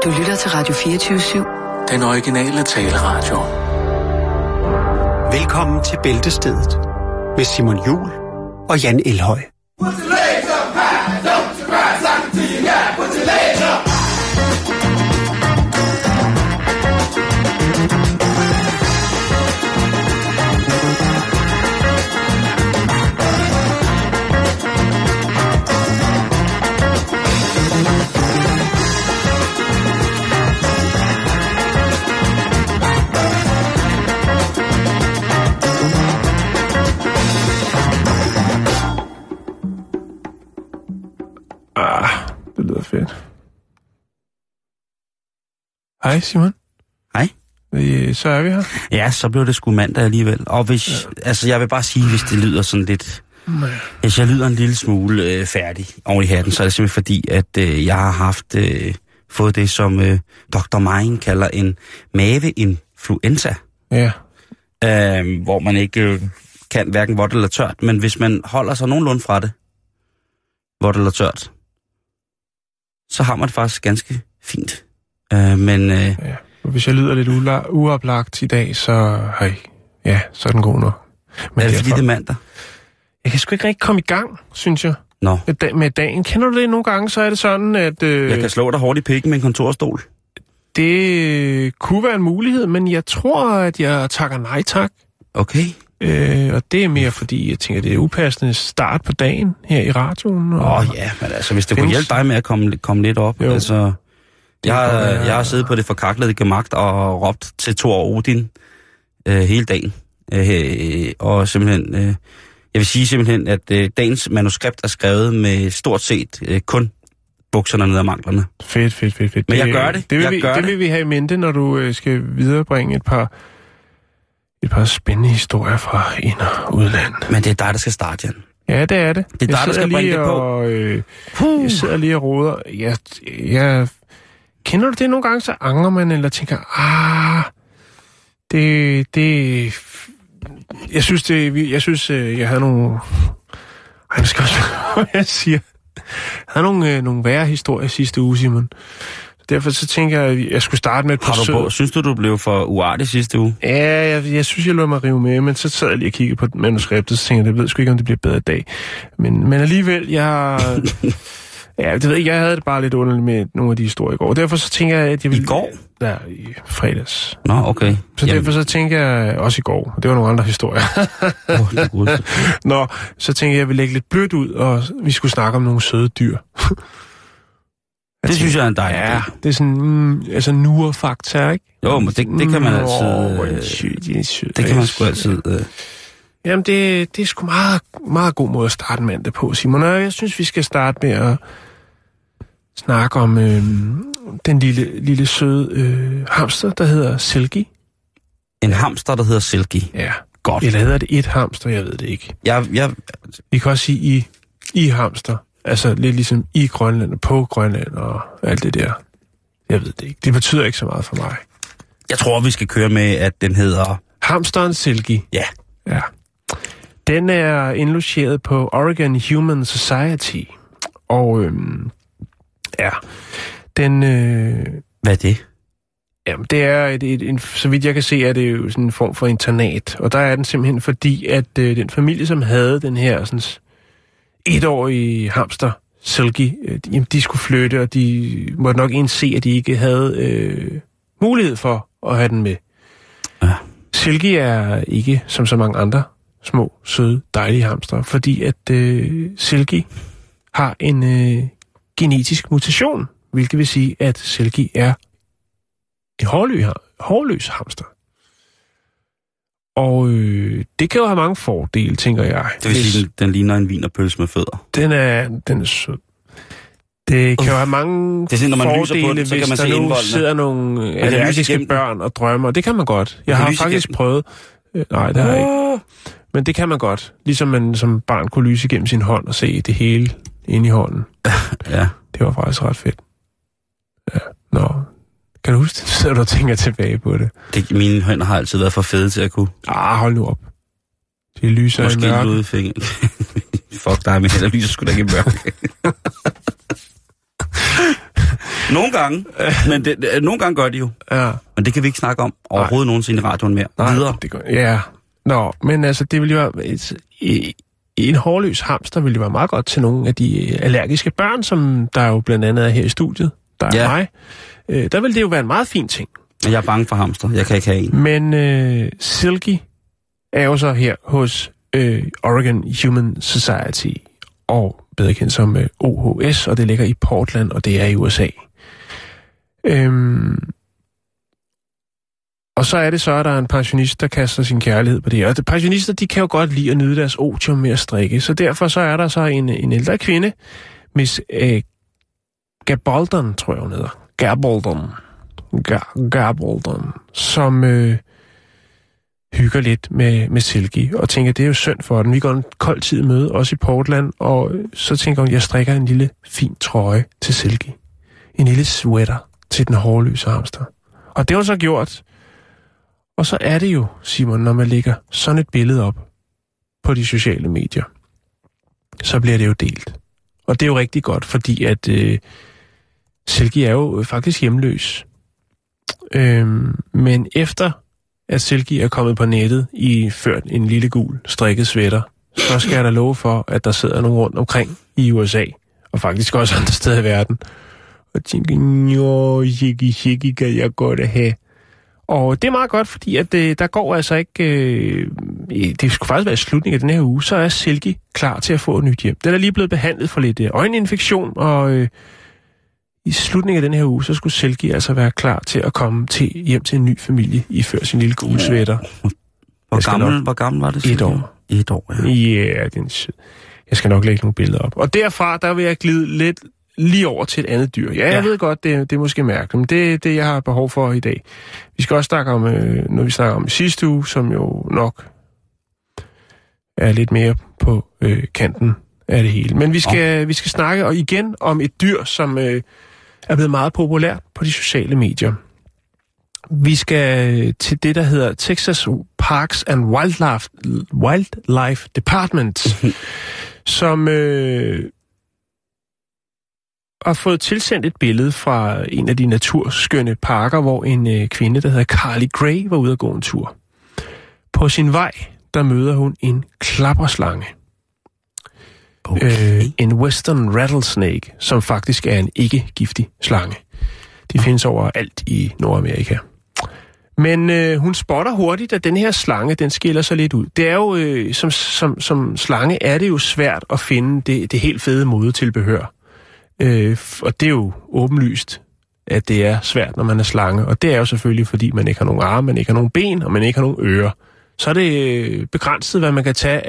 Du lytter til Radio 24/7. Den originale taleradio. Velkommen til Bæltestedet med Simon Juhl og Jan Elhøj. Det lyder fedt. Hej Simon. Hej. Så er vi her. Ja, så blev det sgu mandag alligevel. Og hvis, altså jeg vil bare sige, hvis det lyder sådan lidt... Hvis jeg lyder en lille smule færdig oven i hatten, så er det simpelthen fordi, at jeg har fået det, som Dr. Mein kalder en maveinfluenza. Ja. Hvor man ikke kan hverken vådt eller tørt. Men hvis man holder sig nogenlunde fra det, vådt eller tørt, så har man det faktisk ganske fint. Ja. Hvis jeg lyder lidt uoplagt i dag, så så er den god nok. Men er det fordi det er mandag? Jeg kan sgu ikke rigtig komme i gang, synes jeg. Nå. Med dagen. Kender du det nogle gange, så er det sådan, at... Jeg kan slå dig hårdt i pikken med en kontorstol. Det kunne være en mulighed, men jeg tror, at jeg takker nej tak. Okay. Og det er mere fordi, jeg tænker, det er upassende start på dagen her i radioen. Ja, men altså, hvis det kunne hjælpe dig med at komme lidt op. Jo. Altså, jeg har siddet på det forkaklede gemagt og råbt til Thor Odin hele dagen. Og simpelthen, jeg vil sige simpelthen, at dagens manuskript er skrevet med stort set kun bukserne ned ad manglerne. Fedt. Men jeg gør det. Det vil vi have i mente, når du skal viderebringe et par spændende historier fra ind- og udland. Men det er dig, der skal starte, Jan. Ja, det er det. Det er dig, der skal bringe det på. Jeg sidder lige og roder. Jeg kender du det nogle gange, så angrer man, eller tænker, jeg havde nogle... Jeg skal også hvad jeg siger. Jeg havde nogle værre historier sidste uge, Simon. Derfor så tænker jeg, at jeg skulle starte med et par sød. Synes du blev for uartig sidste uge? Ja, jeg synes, jeg lod mig rive med, men så sad jeg lige og kiggede på manuskriptet, så tænkte jeg ved sgu ikke, om det bliver bedre i dag. Men alligevel, jeg havde det bare lidt underligt med nogle af de historier i går. Derfor så tænker jeg, at jeg ville... I går? Ja, i fredags. Nå, okay. Så derfor så tænker jeg, også i går, det var nogle andre historier. Nå, så tænker jeg vil lægge lidt blødt ud, og vi skulle snakke om nogle søde dyr. Det synes jeg er en dejlig. Ja, det er sådan nurfakta, ikke? Jo, men det kan man altid... det kan man sgu altid... Jamen, det er sgu meget, meget god måde at starte mandag på, Simon. Og jeg synes, vi skal starte med at snakke om den lille søde hamster, der hedder Silky. En hamster, der hedder Silky? Ja. Godt. Eller hedder det et hamster? Jeg ved det ikke. Vi kan også sige i hamster. Altså lidt ligesom i Grønland og på Grønland og alt det der. Jeg ved det ikke. Det betyder ikke så meget for mig. Jeg tror, vi skal køre med, at den hedder... Hamsteren Silky. Ja. Den er indlogeret på Oregon Human Society. Og den... Hvad er det? Jamen, det er så vidt jeg kan se, er det jo sådan en form for internat. Og der er den simpelthen fordi, at den familie, som havde den her sådan etårige hamster, Silky, de skulle flytte, og de måtte nok indse, at de ikke havde mulighed for at have den med. Ja. Silky er ikke som så mange andre små, søde, dejlige hamster, fordi at Silky har en genetisk mutation, hvilket vil sige, at Silky er en hårløs hamster. Og det kan jo have mange fordele, tænker jeg. Det vil sige, den ligner en wienerpølse med fødder. Den er sød. Det kan jo have mange det er sådan, når man fordele, på den, så hvis kan man der se nu sidder nogle allergiske børn og drømmer. Det kan man godt. Jeg har faktisk prøvet. Nej, det har jeg ikke. Men det kan man godt. Ligesom man som barn kunne lyse igennem sin hånd og se det hele inde i hånden. Ja. Det var faktisk ret fedt. Ja. Nå. Kan du huske det, så du tænker tilbage på det? Mine hænder har altid været for fede til at kunne. Hold nu op. Det lyser i mørke. Måske fingeren. Fuck dig, men hænder lyser sgu da ikke i mørke. Nogle gange, men nogle gange gør de jo. Ja. Men det kan vi ikke snakke om overhovedet nogensinde i radioen mere. Nej, videre. Det gør, ja. Nå, men altså, det ville jo være... En hårløs hamster ville jo være meget godt til nogle af de allergiske børn, som der jo blandt andet er her i studiet. Der er mig. Der vil det jo være en meget fin ting. Jeg er bange for hamster. Jeg kan ikke have en. Men Silky er jo så her hos Oregon Human Society, og bedre kendt som OHS, og det ligger i Portland, og det er i USA. Og så er det så, at der er en pensionist, der kaster sin kærlighed på det. Og pensionister, de kan jo godt lide at nyde deres otium med at strikke. Så derfor så er der så en ældre kvinde, Miss Gabaldon, tror jeg hun hedder. Gabaldon, som hygger lidt med Silky, og tænker, det er jo synd for den. Vi går en kold tid møde, også i Portland, og så tænker hun, jeg strikker en lille fin trøje til Silky. En lille sweater til den hårløse hamster. Og det har hun så gjort. Og så er det jo, Simon, når man lægger sådan et billede op på de sociale medier, så bliver det jo delt. Og det er jo rigtig godt, fordi at Silky er jo faktisk hjemløs. Men efter at Silky er kommet på nettet i ført en lille gul strikket sweater, så skal jeg da love for, at der sidder nogen rundt omkring i USA, og faktisk også andre steder i verden, og tænker, Silky kan jeg godt have. Og det er meget godt, fordi at der går altså ikke... det skulle faktisk være i slutningen af den her uge, så er Silky klar til at få et nyt hjem. Den er lige blevet behandlet for lidt øjeninfektion, og i slutningen af den her uge, så skulle Silky altså være klar til at komme hjem til en ny familie, iført sin lille gule sweater. Hvor gammel var det? 1 år. 1 år, ja. Ja, det er en sød. Jeg skal nok lægge nogle billeder op. Og derfra, der vil jeg glide lidt lige over til et andet dyr. Ja, jeg ved godt, det er måske mærkeligt, men det er det, jeg har behov for i dag. Vi skal også snakke om, når vi snakker om i sidste uge, som jo nok er lidt mere på kanten af det hele. Men vi skal snakke og igen om et dyr, som er blevet meget populært på de sociale medier. Vi skal til det, der hedder Texas Parks and Wildlife Department, som har fået tilsendt et billede fra en af de naturskønne parker, hvor en kvinde, der hedder Carly Gray, var ude at gå en tur. På sin vej, der møder hun en klapperslange. Okay. En western rattlesnake, som faktisk er en ikke-giftig slange. De findes overalt i Nordamerika. Men hun spotter hurtigt, at den her slange, den skiller sig lidt ud. Det er jo, som slange er det jo svært at finde det helt fede modetilbehør. Og det er jo åbenlyst, at det er svært, når man er slange. Og det er jo selvfølgelig, fordi man ikke har nogen arme, man ikke har nogen ben, og man ikke har nogen ører. Så er det begrænset, hvad man kan tage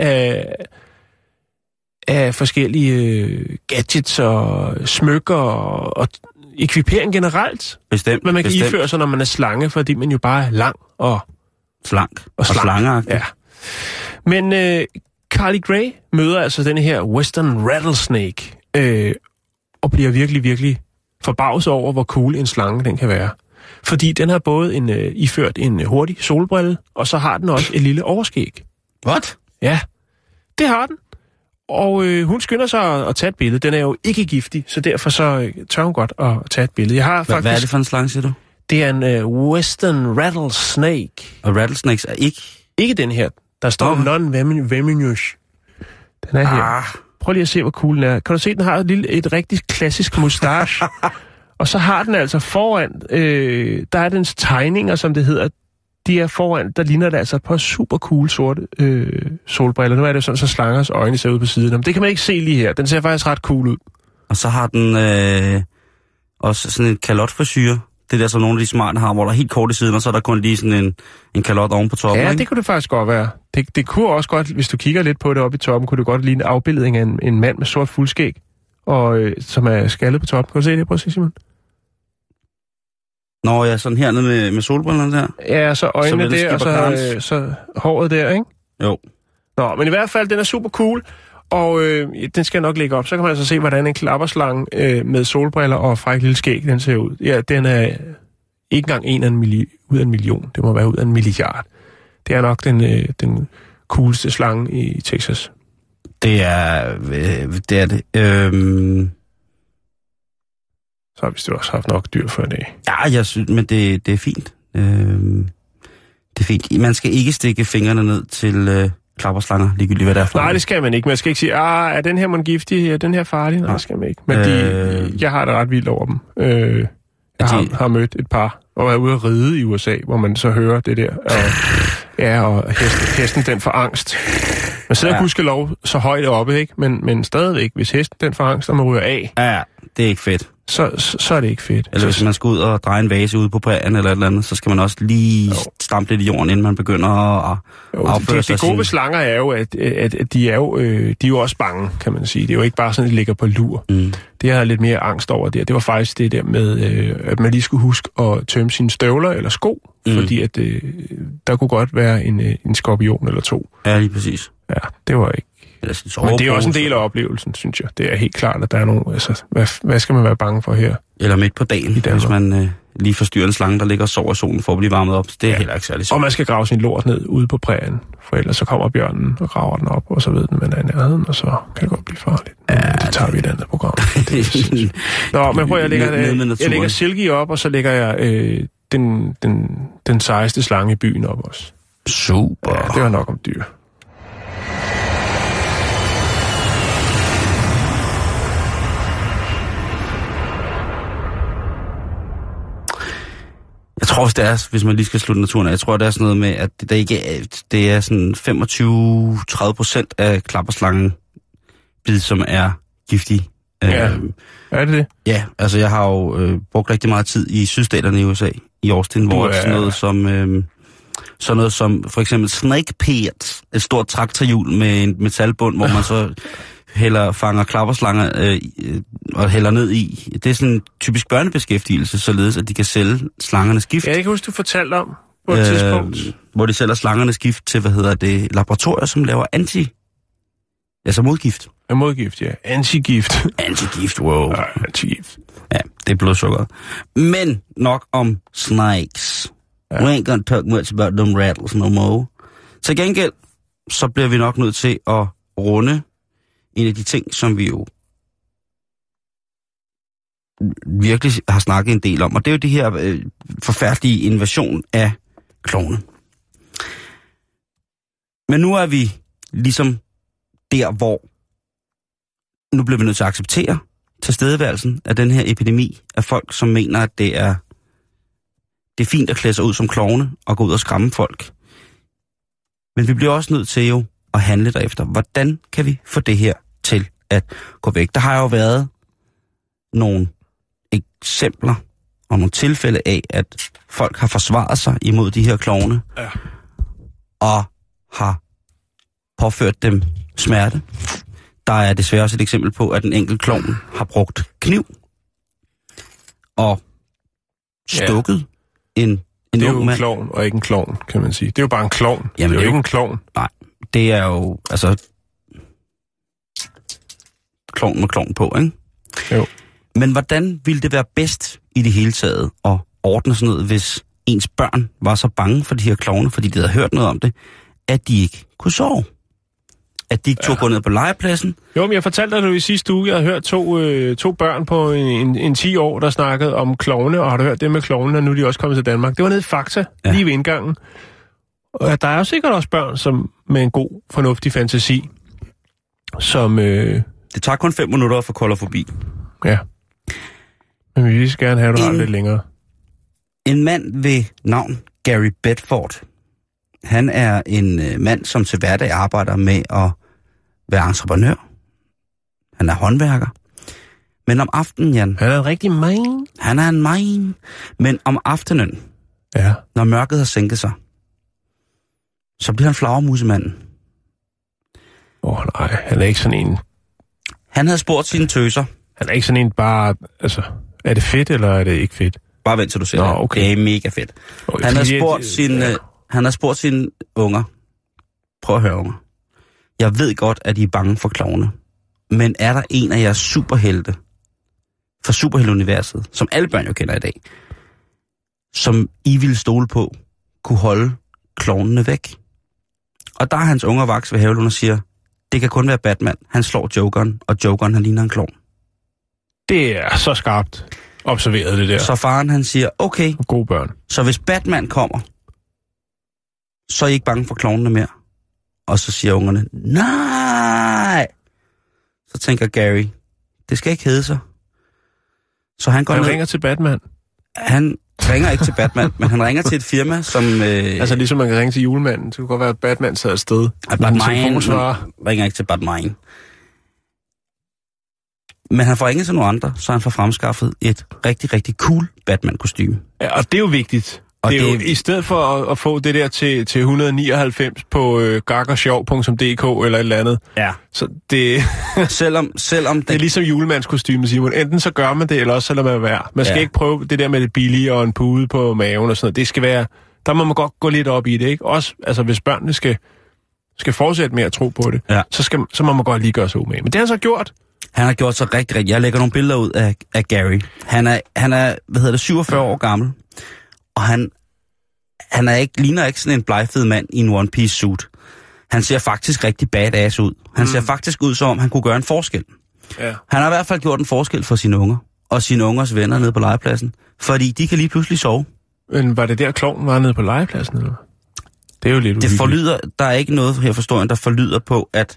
af forskellige gadgets og smykker og ekvipering generelt. Bestemt. Hvad man kan iføre sig, når man er slange, fordi man jo bare er lang og slank. Og slangeagtig. Ja. Men Carly Gray møder altså den her western rattlesnake, og bliver virkelig, virkelig forbavset over, hvor cool en slange den kan være. Fordi den har både iført en hurtig solbrille, og så har den også et lille overskæg. What? Ja, det har den. Og hun skynder sig at tage et billede. Den er jo ikke giftig, så derfor så tør hun godt at tage et billede. Jeg har faktisk... Hvad er det for en slange, siger du? Det er en western rattlesnake. Og rattlesnakes er ikke... Ikke den her. Der står non-venomous. Den er her. Prøv lige at se, hvor cool den er. Kan du se, den har et rigtig klassisk mustache. Og så har den altså foran, der er dens tegninger, som det hedder. De er foran, der ligner det altså et par super cool sorte solbriller. Nu er det sådan, så slangers øjne ser ud på siden. Men det kan man ikke se lige her. Den ser faktisk ret cool ud. Og så har den også sådan en kalotfrisyre. Det der, som nogle af de smarte har, hvor der er helt kort i siden, og så er der kun lige sådan en kalot oven på toppen. Ja, ikke? Det kunne det faktisk godt være. Det kunne også godt, hvis du kigger lidt på det oppe i toppen, kunne det godt ligne en afbildning af en mand med sort fuldskæg, og som er skaldet på toppen. Kan du se det? Prøv at se, Simon. Nå ja, sådan hernede med solbrillerne der. Ja, så øjnene der, og så håret der, ikke? Jo. Nå, men i hvert fald, den er super cool, og den skal jeg nok lægge op. Så kan man altså se, hvordan en klapperslange med solbriller og fræk lille skæg, den ser ud. Ja, den er ikke engang ud af en million. Det må være ud af 1 milliard. Det er nok den cooleste slange i Texas. Det er det. så har vi også haft nok dyr for i dag. Ja, jeg synes, men det er fint. Det er fint. Man skal ikke stikke fingrene ned til klapperslanger, ligegyldigt hvad der er for. Nej, det skal man ikke. Man skal ikke sige, er den her mon giftig, er den her farlig? Nej, det skal man ikke. Men jeg har det ret vildt over dem. Jeg har mødt et par, og er ude at ride i USA, hvor man så hører det der. Og hesten den får angst. Man sidder gudskelov så højt oppe, ikke? Men stadigvæk, hvis hesten den får angst, og man ryger af. Ja, det er ikke fedt. Så er det ikke fedt. Eller hvis man skal ud og dreje en vase ude på prærien eller et eller andet, så skal man også lige stampe lidt i jorden, inden man begynder at afføre sig. Det gode ved slanger er jo, at de er jo også bange, kan man sige. Det er jo ikke bare sådan, at de ligger på lur. Mm. Det har lidt mere angst over det. Det var faktisk det der med, at man lige skulle huske at tømme sine støvler eller sko, fordi at der kunne godt være en skorpion eller to. Ja, lige præcis. Ja, det var ikke. Men det er også en del af oplevelsen, synes jeg. Det er helt klart, at der er nogen... Altså, hvad skal man være bange for her? Eller midt på dagen, hvis man lige forstyrrer en slange, der ligger og sover i solen for at blive varmet op. Det er heller ikke særlig. Og man skal grave sin lort ned ude på prærien, for ellers så kommer bjørnen og graver den op, og så ved den, man er i nærheden, og så kan det godt blive farligt. Ja, det tager vi i et andet program. Nå, men prøv, jeg lægger Silky op, og så lægger jeg den sejeste slange i byen op også. Super. Ja, det var nok om dyr. Jeg tror også, det er, hvis man lige skal slutte naturen af, jeg tror, det er sådan noget med, at det er sådan 25-30% af klapperslangen bid, som er giftige. Ja, er det? Ja, altså jeg har jo brugt rigtig meget tid i sydstaterne i USA, i Austin, hvor sådan noget som for eksempel snake pit, et stort traktorhjul med en metalbund, hvor man så fanger klapperslanger og hælder ned i. Det er sådan en typisk børnebeskæftigelse, således at de kan sælge slangernes gift. Ja, jeg kan huske, du fortalte om på et tidspunkt. Hvor de sælger slangernes gift til, laboratorier, som laver modgift. Ja, modgift, ja. Antigift. Antigift, wow. Ja, antigift. Ja, det er blodsukker. Men nok om snakes. Ja. We ain't gonna talk much about them rattles no more. Til gengæld, så bliver vi nok nødt til at runde en af de ting, som vi jo virkelig har snakket en del om, og det er jo det her forfærdelige invasion af klovne. Men nu er vi ligesom der, hvor nu bliver vi nødt til at acceptere tilstedeværelsen af den her epidemi af folk, som mener, at det er fint at klæde sig ud som klovne og gå ud og skræmme folk. Men vi bliver også nødt til jo at handle derefter. Hvordan kan vi få det her til at gå væk? Der har jo været nogle eksempler og nogle tilfælde af, at folk har forsvaret sig imod de her klovne, og har påført dem smerte. Der er desværre også et eksempel på, at en enkelt klovn har brugt kniv og stukket en ung mand. Det er jo en klovn og ikke en klovn, kan man sige. Det er jo bare en klovn. Jamen, det er jo ikke en klovn. Nej, det er jo, altså, klovn med klovn på, ikke? Jo. Men hvordan ville det være bedst i det hele taget at ordne sådan noget, hvis ens børn var så bange for de her klovne, fordi de havde hørt noget om det, at de ikke kunne sove? At de ikke tog gå ned på legepladsen? Jo, men jeg fortalte dig, at du i sidste uge, jeg havde hørt to børn på en 10 år, der snakkede om klovne, og har du hørt det med klovne, og nu er de også kommet til Danmark. Det var nede i Fakta, lige ved indgangen. Og der er jo sikkert også børn, som med en god, fornuftig fantasi, som... Det tager kun 5 minutter at få kolder forbi. Ja. Men vi vil gerne have, at du har lidt længere. En mand ved navn Gary Bedford. Han er en mand, som til hverdag arbejder med at være entreprenør. Han er håndværker. Men om aftenen, Jan... Han er en rigtig man. Han er en man. Men om aftenen, når mørket har sænket sig, så bliver han flagermusemanden. Nej, han er ikke sådan en... Han havde spurgt sine tøser. Han er ikke sådan en bare... Altså, er det fedt, eller er det ikke fedt? Bare vent til du ser det. Okay. Det er mega fedt. Han har spurgt sine unger. Prøv at høre, unger. Jeg ved godt, at I er bange for klovne. Men er der en af jeres superhelte fra superhelteuniverset, som alle børn jo kender i dag, som I ville stole på, kunne holde klovnene væk? Og der er hans unger vaks ved Havelund og siger, det kan kun være Batman. Han slår Jokeren, og Jokeren han ligner en klovn. Det er så skarpt. observeret det der. Så faren han siger, okay, gode børn. Så hvis Batman kommer, så er I ikke bange for klovnene mere. Og så siger ungerne, nej! Så tænker Gary, det skal ikke hedde sig. Så han går ned. Ringer til Batman. Han ringer ikke til Batman, men han ringer til et firma, som... Altså ligesom man kan ringe til julemanden. Det kunne godt være, at Batman sad afsted. Batman ringer ikke til Batman. Men han får ringet til nogle andre, så han får fremskaffet et rigtig, rigtig cool Batman-kostyme. Ja, og det er jo vigtigt. Det er jo, i stedet for at få det der til 199 på gakkersjov.dk eller et eller andet. Ja. Så det... selvom det er ligesom julemandskostyme, Simon. Enten så gør man det, eller også så lader man være. Man skal ikke prøve det der med det billige og en pude på maven og sådan noget. Det skal være... Der må man godt gå lidt op i det, ikke? Også, altså hvis børnene skal fortsætte med at tro på det, så må man godt lige gøre sig umage. Men det har han så gjort. Han har gjort sig rigtig. Jeg lægger nogle billeder ud af Gary. Han er 47 år gammel. Og han ligner ikke sådan en blegfed mand i en One Piece suit. Han ser faktisk rigtig badass ud. Han ser faktisk ud, som om han kunne gøre en forskel. Ja. Han har i hvert fald gjort en forskel for sine unger. Og sine ungers venner nede på legepladsen. Fordi de kan lige pludselig sove. Men var det der klovnen var nede på legepladsen, eller? Det er jo lidt uhyggeligt. Det forlyder, der er ikke noget her forstår jeg, der forlyder på, at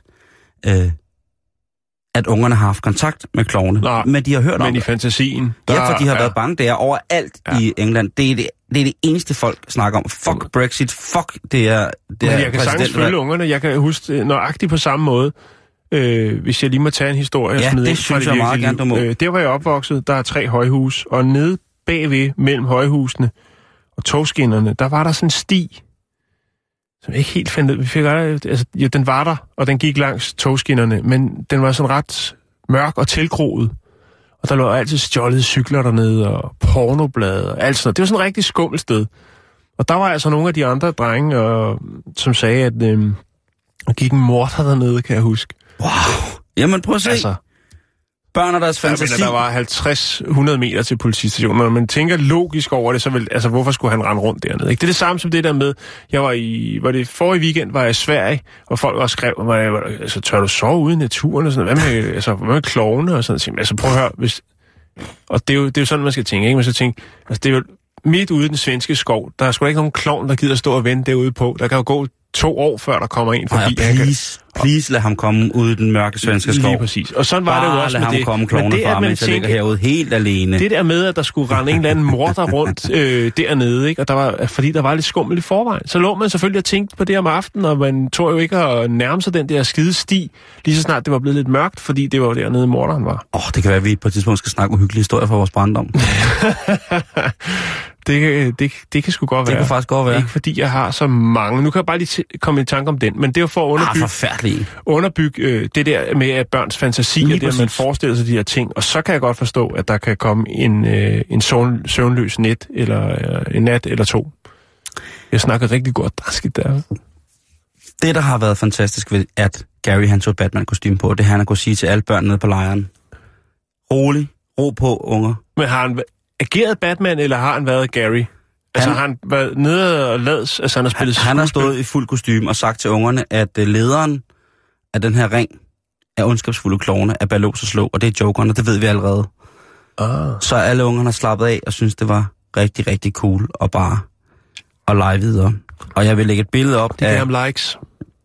ungerne har haft kontakt med klovne. Men de har hørt om det. Men i fantasien. Ja, for de har været bange. Det er overalt i England. Det er det eneste folk snakker om. Fuck Brexit. Fuck det er men jeg kan sagtens følge ungerne. Jeg kan huske nøjagtigt på samme måde. Hvis jeg lige må tage en historie. Ja, det synes jeg meget gerne, du må. Der var jeg opvokset. Der er 3 højhus. Og nede bagved mellem højhusene og togskinnerne, der var der sådan en sti, som jeg ikke helt fandt ud. Vi fik altså, ja, den var der, og den gik langs togskinnerne, men den var sådan ret mørk og tilgroet. Og der lå altid stjålede cykler dernede, og pornoblade og alt sådan noget. Det var sådan et rigtig skummelt sted. Og der var altså nogle af de andre drenge, som sagde, at der gik en morder dernede, kan jeg huske. Wow! Jamen prøv at se. Altså, børn og deres fantasi. Der var 50-100 meter til politistationen. Når man tænker logisk over det, så vil, altså hvorfor skulle han rende rundt dernede? Ikke? Det er det samme som det der med, var det forrige weekend, var jeg i Sverige, og folk også skrev, altså tør du sove ude i naturen og sådan noget? Hvad med klovne og sådan noget? Altså prøv at høre, og det er jo sådan, man skal tænke, ikke? Man skal tænke, altså det er jo midt ude i den svenske skov, der er sgu da ikke nogen klovn, der gider stå og vente derude på. Der kan jo gå 2 år, før der kommer en forbi. Please lad ham komme ud i den mørke svenske skov. Lige præcis. Og sådan var det jo også med det. Bare lad ham komme klovne fra, mens jeg ligger herude helt alene. Det der med, at der skulle rende en eller anden morder rundt dernede, ikke? Og fordi der var lidt skummelt i forvejen. Så lå man selvfølgelig og tænkte på det om aftenen, og man tog jo ikke at nærme sig den der skide sti, lige så snart det var blevet lidt mørkt, fordi det var dernede morderen var. Det kan være, at vi på et tidspunkt skal snakke om hyggelige historier fra vores barndom. Det kan sgu godt være. Det kan faktisk godt være. Ikke fordi jeg har så mange. Nu kan jeg bare lige komme i tanke om den, men det er jo for at underbygge det der med at børns fantasi, og det, at man forestiller sig de her ting. Og så kan jeg godt forstå, at der kan komme en søvnløs nat eller 2. Jeg snakker rigtig godt drasket der. Det, der har været fantastisk ved, at Gary han tog Batman-kostyme på, det han har kunnet sige til alle børn nede på lejren. Ro på, unger. Men har han ageret Batman, eller har han været Gary? Altså har han været nede og lads, altså han har spillet han har stået i fuld kostume og sagt til ungerne, at lederen af den her ring af ondskabsfulde klovne er Ballos og Slå, og det er Jokeren, og det ved vi allerede. Så alle ungerne har slappet af og synes det var rigtig, rigtig cool og bare at lege videre. Og jeg vil lægge et billede op. De gav ham likes.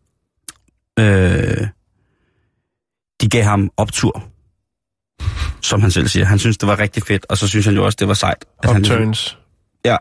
De gav ham optur, som han selv siger. Han synes, det var rigtig fedt, og så synes han jo også, det var sejt. Upturns. Ja.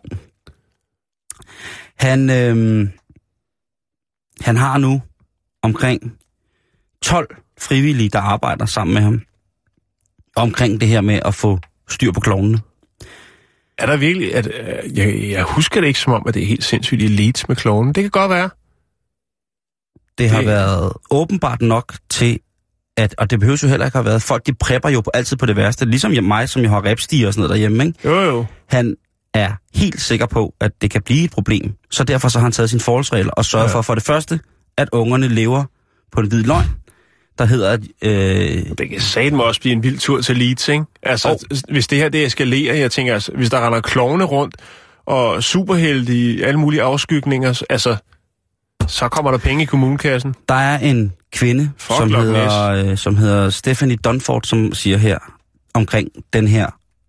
Han har nu omkring 12 frivillige, der arbejder sammen med ham, omkring det her med at få styr på klovnene. Er der virkelig... Jeg husker det ikke som om, at det er helt sindssygt elite med klovnene. Det kan godt være. Det har været åbenbart nok til, og det behøver jo heller ikke have været, folk de prepper jo altid på det værste, ligesom mig, som jeg har repstiger og sådan noget derhjemme, ikke? Jo. Han er helt sikker på, at det kan blive et problem, så derfor så har han taget sin forholdsregler og sørget for det første, at ungerne lever på en hvid løgn, der hedder... Det kan satme også blive en vild tur til Leeds, ikke? Altså, hvis det her det eskalerer, jeg tænker, altså, hvis der render klovne rundt, og superhelte i alle mulige afskygninger, altså, så kommer der penge i kommunekassen. Der er en kvinde, som hedder Stephanie Dunford, som siger her omkring den her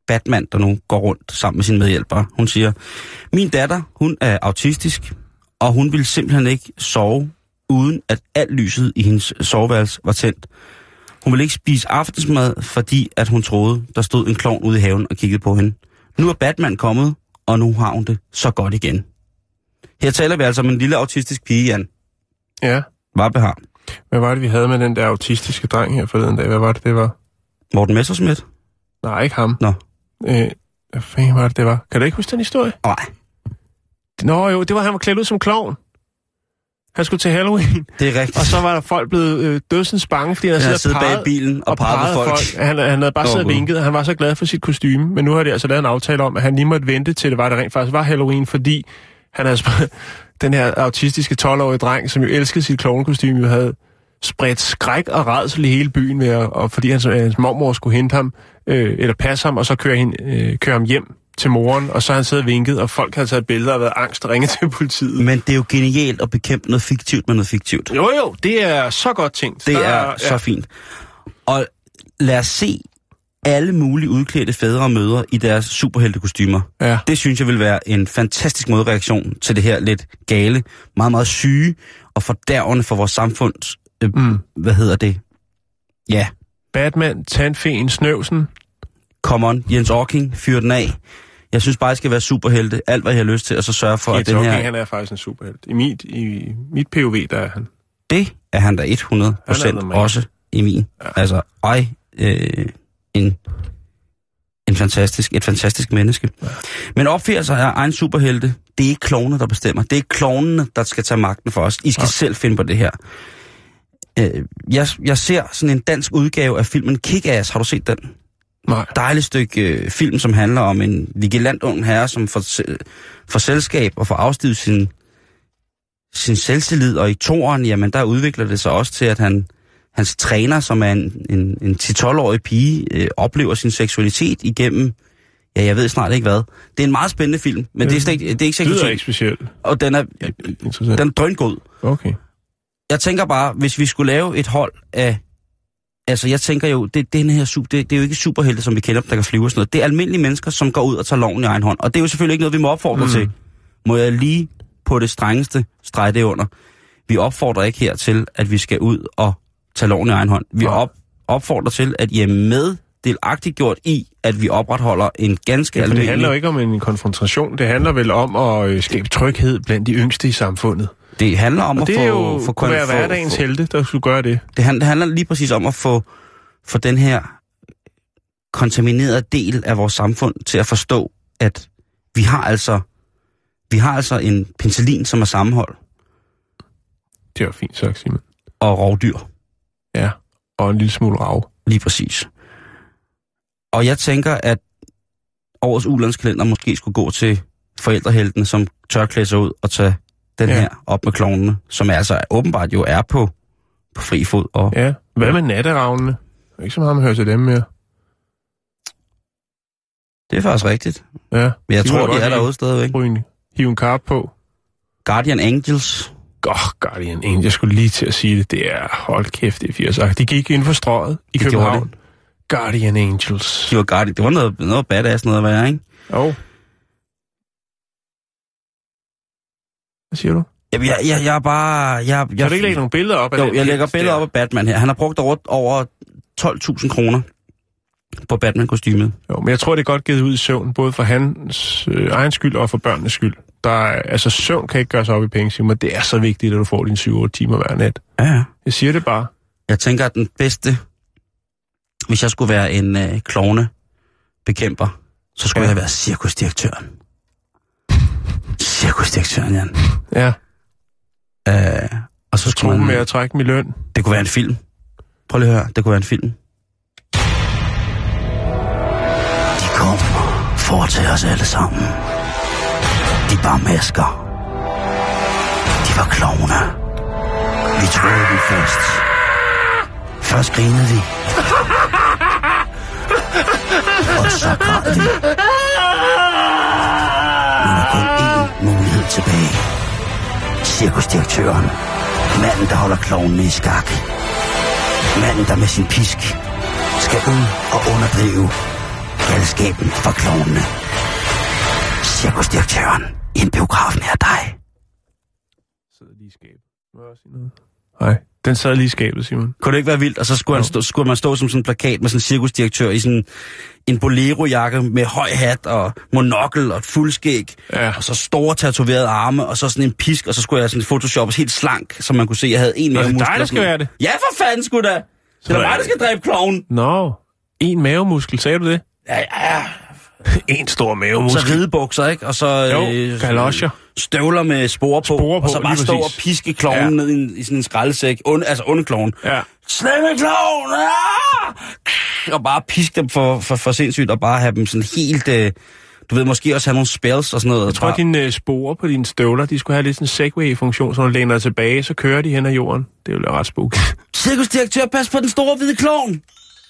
Batman, der nu går rundt sammen med sine medhjælpere. Hun siger, min datter, hun er autistisk, og hun vil simpelthen ikke sove, uden at alt lyset i hendes soveværelse var tændt. Hun ville ikke spise aftensmad, fordi at hun troede, der stod en klovn ude i haven og kiggede på hende. Nu er Batman kommet, og nu har hun det så godt igen. Her taler vi altså om en lille autistisk pige, Jan. Ja. Varbehar. Hvad var det, vi havde med den der autistiske dreng her forleden dag? Hvad var det var? Morten Messerschmidt? Nej, ikke ham. Nå. Hvad fanden var det var? Kan du ikke huske den historie? Nej. Nå jo, det var, han var klædt ud som klovn. Han skulle til Halloween. Det er rigtigt. Og så var der folk blevet dødsens bange, fordi han havde siddet bag bilen og peget på folk. Han havde bare siddet og vinket, og han var så glad for sit kostume. Men nu har de altså lavet en aftale om, at han lige måtte vente til det rent faktisk var Halloween, fordi han havde den her autistiske 12-årige dreng, som jo elskede sit klovnekostume, jo havde spredt skræk og rædsel i hele byen, og fordi hans mormor skulle hente ham, eller passe ham, og så køre ham hjem til moren, og så har han siddet og vinket, og folk havde taget billeder og været angst og ringet til politiet. Men det er jo genialt at bekæmpe noget fiktivt med noget fiktivt. Jo, det er så godt tænkt. Det er så fint. Og lad os se alle mulige udklædte fædre og mødre i deres superheltekostymer. Ja. Det synes jeg vil være en fantastisk modreaktion til det her lidt gale, meget, meget syge og fordærvende for vores samfunds... Hvad hedder det? Ja. Batman, Tandfen, Snøvsen. Come on, Jens Orking, fyr den af. Jeg synes bare, jeg skal være superhelte. Alt, hvad jeg har lyst til, og så sørge for, Jens at den her... Orking, han er faktisk en superhelt. I mit POV, der er han. Det er han da 100% også i min. Ja. Altså, et fantastisk menneske. Ja. Men opfører sig af egen superhelte, det er ikke klovne, der bestemmer. Det er klovnene, der skal tage magten for os. I skal selv finde på det her. Jeg ser sådan en dansk udgave af filmen Kick-Ass. Har du set den? Nej. Dejligt stykke film, som handler om en vigilant ung herre, som får selskab og får afstivet sin selvtillid. Og i toeren, jamen der udvikler det sig også til, at hans træner, som er en 10-12-årig pige, oplever sin seksualitet igennem, ja, jeg ved snart ikke hvad. Det er en meget spændende film, men det er ikke seksualitet. Det er ikke specielt. Og den er drøngod. Okay. Jeg tænker bare, hvis vi skulle lave et hold af... Altså, jeg tænker jo, det er jo ikke superhelte, som vi kender, der kan flyve og sådan noget. Det er almindelige mennesker, som går ud og tager loven i egen hånd. Og det er jo selvfølgelig ikke noget, vi må opfordre til. Må jeg lige på det strengeste strege det under. Vi opfordrer ikke her til, at vi skal ud og tage loven i egen hånd. Vi opfordrer til, at I er delagtigt gjort i, at vi opretholder en ganske almindelig... Det handler jo ikke om en konfrontation. Det handler vel om at skabe tryghed blandt de yngste i samfundet. Det handler om og at få kunne være hverdagens helte, der skulle gøre det. Det handler lige præcis om at få den her kontaminerede del af vores samfund til at forstå, at vi har altså en penicillin, som er sammenhold. Det var fint sagt, Simon. Og rovdyr. Ja, og en lille smule rav. Lige præcis. Og jeg tænker, at årets ulandskalender måske skulle gå til forældreheltene, som tør klæde sig ud og tage den her op med klovnene, som altså åbenbart jo er på fri fod. Og, ja, hvad med natteravnene? Ikke så meget, man hører til dem mere. Det er faktisk rigtigt. Ja. Men jeg tror, de er derude stadigvæk. Hive en karp på. Guardian Angels. Guardian Angels. Jeg skulle lige til at sige det. Det er, hold kæft, det er 80. De gik inden for strøget i København. Guardian Angels. Det var noget badass noget at være, ikke? Jo. Hvad siger du? Jeg er bare... Kan du ikke lægge nogle billeder op af Jo, jeg lægger billeder op af Batman her. Han har brugt over 12.000 kroner på Batman-kostymet. Jo, men jeg tror, det er godt givet ud i søvn, både for hans egen skyld og for børnenes skyld. Altså, søvn kan ikke gøres op i penge, Simon. Det er så vigtigt, at du får dine 7-8 timer hver nat. Ja. Jeg siger det bare. Jeg tænker, at den bedste... Hvis jeg skulle være en klovne-bekæmper, så skulle jeg være cirkusdirektøren. Cirkusdirektøren, Jan. Ja. Og så skulle man... med at trække min løn. Det kunne være en film. Prøv lige at høre. Det kunne være en film. De kom for at tage os alle sammen. De bar masker. De var klovne. Vi troede dem først. Først grinede de. Og så græd de. Nu er kun én mulighed tilbage. Cirkusdirektøren. Manden, der holder klovnene i skak. Manden, der med sin pisk skal ud og underdrive galskaben for klovnene. Cirkusdirektøren i en biograf nær dig. Sidder lige i skabet. Må jeg også sige noget? Nej, den sad lige i skabet, Simon. Kunne det ikke være vildt? Og så skulle man stå som sådan en plakat med sådan en cirkusdirektør i sådan en bolero-jakke med høj hat og monokkel og et fuldskæg. Ja. Og så store tatoverede arme, og så sådan en pisk, og så skulle jeg sådan photoshoppes helt slank, så man kunne se, at jeg havde en mere muskler. Det er dig, der skal være det. Ja, for fanden skulle da! Det er mig, der skal dræbe klovnen. Nå, en mavemuskel, sagde du det? Ja. En stor mavemuskel. Så ridebukser, ikke? Og så galoscher. Støvler med sporer på, og så bare stå og piske klovnen ned i sådan en skraldesæk. Onde klovnen. Ja. Slemme klovn! Og bare piske dem for sindssygt, og bare have dem sådan helt... du ved, måske også have nogle spells og sådan noget. Jeg tror, dine sporer på dine støvler, de skulle have lidt sådan en segway-funktion, så når du læner tilbage, så kører de hen ad jorden. Det er jo ret spooky. Cirkusdirektør, pas på den store hvide klovn!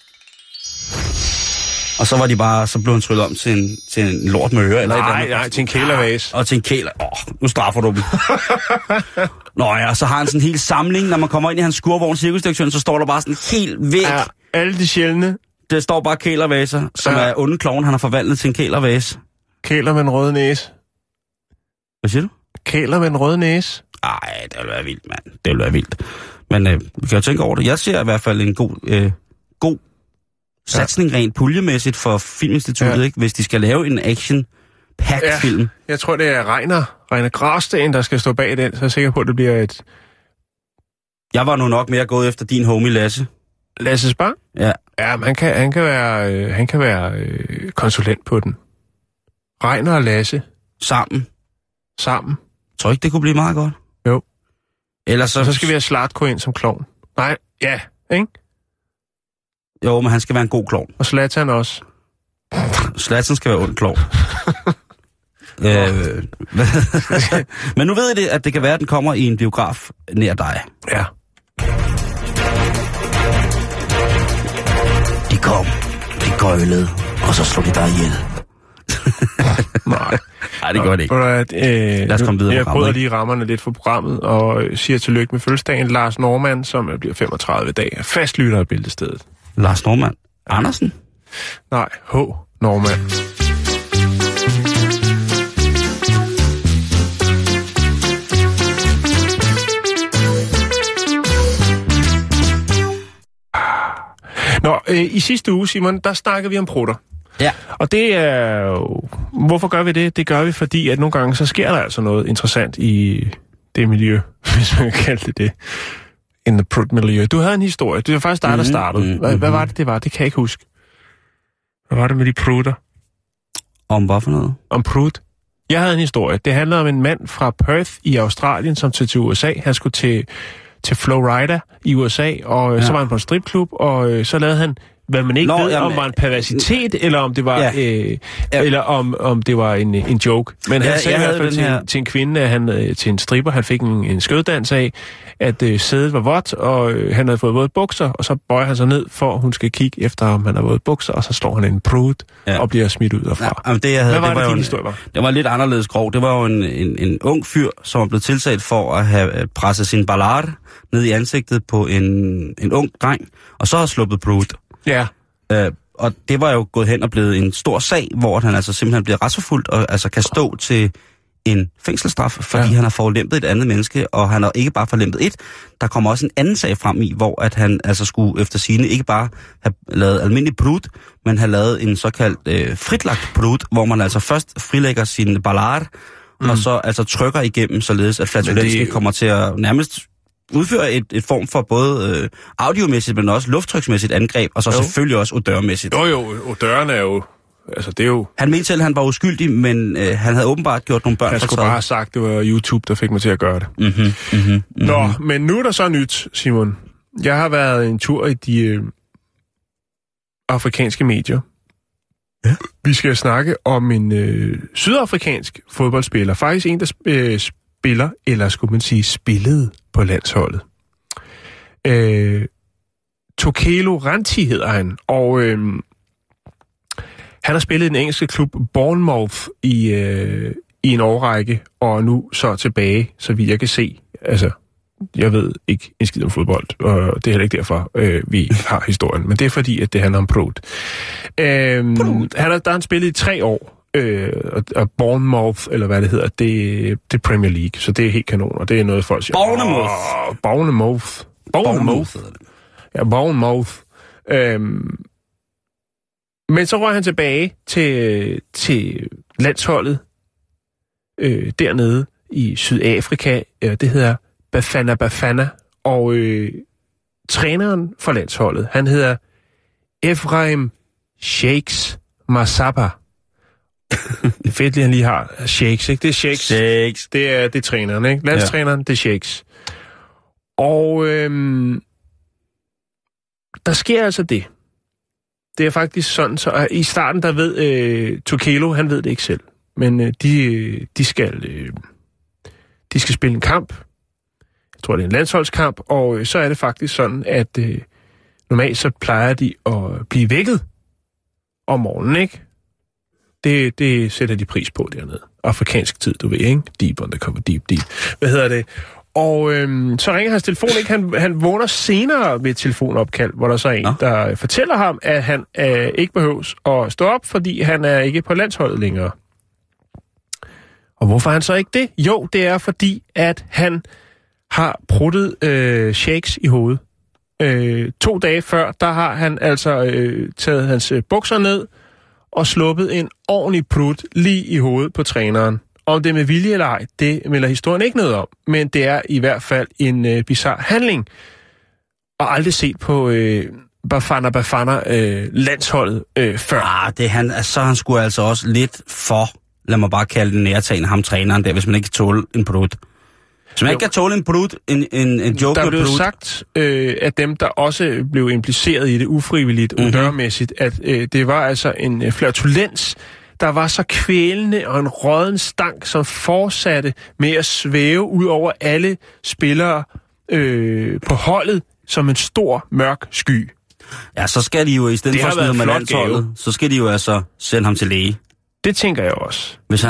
Og så var de bare, så blev han tryllet om til en lort med øre. Nej, til en kælervase. Og til en kæler. Nu straffer du dem. Nå ja, så har han sådan en hel samling. Når man kommer ind i hans skurvogn, cirkusdirektøren, så står der bare sådan helt væk. Ja, alle de sjældne. Det står bare kælervaser, som er onde klovn, han har forvandlet til en kælervase. Kæler med en rød næse. Hvad siger du? Kæler med en rød næse. Ej, det vil være vildt, mand. Det vil være vildt. Men vi kan jo tænke over det. Jeg ser i hvert fald en god satsning rent puljemæssigt for Filminstituttet, ikke? Hvis de skal lave en action-packed film. Jeg tror, det er Reiner Gravsten, der skal stå bag den, så jeg er sikker på, at det bliver et... Jeg var nu nok mere gået efter din homie Lasse. Lasse Spang? Ja. Ja, men han kan være konsulent på den. Reiner og Lasse. Sammen. Tror du ikke, det kunne blive meget godt? Jo. Ellers så skal vi have Zlatko ind som klovn. Nej, ja, ikke? Jo, men han skal være en god klovn. Og Zlatan også. Zlatan skal være ond klovn. Men nu ved I det, at det kan være, at den kommer i en biograf nær dig. Ja. De kom, de gøjlede, og så slog de dig ihjel. Nej, det gør det ikke. Lad os komme videre. Jeg bryder lige rammerne lidt for programmet, og siger tillykke med fødselsdagen Lars Norman, som bliver 35 dage. Fastlytter af Bæltestedet. Lars Norman? Andersen? Nej, H. Norman. Nå, i sidste uge, Simon, der snakkede vi om prutter. Ja. Og det er jo... Hvorfor gør vi det? Det gør vi, fordi at nogle gange, så sker der altså noget interessant i det miljø, hvis man kan kalde det. In the prut-miljø. Du havde en historie. Det var faktisk dig, der startede. Hvad var det var? Det kan jeg ikke huske. Hvad var det med de prutter? Om hvad for noget? Om prut. Jeg havde en historie. Det handler om en mand fra Perth i Australien, som til USA. Han skulle til Florida i USA, og så var han på en stripklub, og så lavede han, hvad man ikke ved, om det var en perversitet, eller om det var, eller om det var en joke. Men han sagde i hvert fald til en kvinde, til en stripper, han fik en skøddans af, at sædet var vådt, og han havde fået våde bukser, og så bøjer han sig ned, for at hun skal kigge efter, om han har våde bukser, og så slår han en prut og bliver smidt ud derfra. Ja, det, jeg havde, hvad var det, din historie var? Det var lidt anderledes grov. Det var jo en ung fyr, som var blevet tiltalt for at have presset sin ballard ned i ansigtet på en ung dreng, og så har sluppet prut. Ja. Og det var jo gået hen og blevet en stor sag, hvor han altså simpelthen bliver retsforfulgt og altså kan stå til en fængselsstraf, fordi han har forulempet et andet menneske, og han har ikke bare forulempet et. Der kommer også en anden sag frem i, hvor at han altså skulle efter sigende ikke bare have lavet almindelig prut, men have lavet en såkaldt fritlagt prut, hvor man altså først frilægger sin ballard, og så altså trykker igennem, således at flatulensen kommer til at nærmest udføre et form for både audiomæssigt, men også lufttryksmæssigt angreb, og så selvfølgelig også odørmæssigt. Jo, odøren er jo... Altså, det er jo... Han mente selv, at han var uskyldig, men han havde åbenbart gjort nogle børn. Jeg skulle bare have sagt, at det var YouTube, der fik mig til at gøre det. Nå, men nu er der så nyt, Simon. Jeg har været en tur i de afrikanske medier. Ja. Vi skal snakke om en sydafrikansk fodboldspiller. Faktisk en, der spiller, eller skulle man sige, spillede på landsholdet. Tokelo Ranti hedder han, og han har spillet i den engelske klub Bournemouth i en årrække, og nu så tilbage, så vidt jeg kan se. Altså, Jeg ved ikke en skid om fodbold, og det er heller ikke derfor, vi har historien. Men det er fordi, at det handler om Prud. Der har han spillet i 3 år, og Bournemouth, eller hvad det hedder, det er Premier League, så det er helt kanon, og det er noget, folk siger. Bournemouth. Ja, Bournemouth. Men så røg han tilbage til landsholdet dernede i Sydafrika. Det hedder Bafana. Og træneren for landsholdet, han hedder Ephraim Shakes Masaba. Det er fedt, at han lige har Shakes, ikke? Det er Shakes. Det er træneren, ikke? Landstræneren, det er Shakes. Og der sker altså det. Det er faktisk sådan, så i starten, der ved Tokelo, han ved det ikke selv. Men de skal spille en kamp. Jeg tror, det er en landsholdskamp. Og så er det faktisk sådan, at normalt så plejer de at blive vækket om morgenen, ikke? Det sætter de pris på dernede. Afrikansk tid, du ved, ikke? Deep undercover, deep. Hvad hedder det? Og så ringer hans telefon, ikke? Han vågner senere ved et telefonopkald, hvor der så er en, der fortæller ham, at han ikke behøves at stå op, fordi han er ikke på landsholdet længere. Og hvorfor han så ikke det? Jo, det er fordi, at han har pruttet Shakes i hovedet. 2 dage før, der har han altså taget hans bukser ned og sluppet en ordentlig prut lige i hovedet på træneren. Om det er med vilje eller ej, det melder historien ikke noget om. Men det er i hvert fald en bizarre handling. Og aldrig set på Bafana landsholdet før. Så han skulle altså også lidt for, lad mig bare kalde det nærtagende ham træneren der, hvis man ikke kan tåle en prut. Hvis man ikke kan tåle en prut, en joke. Der blev sagt at dem, der også blev impliceret i det ufrivilligt, udørmæssigt, at det var altså en flatulens, der var så kvælende og en rådden stank, som fortsatte med at svæve ud over alle spillere på holdet som en stor, mørk sky. Ja, så skal de jo i stedet for at smide med landsholdet, så skal de jo altså sende ham til læge. Det tænker jeg også. Hvis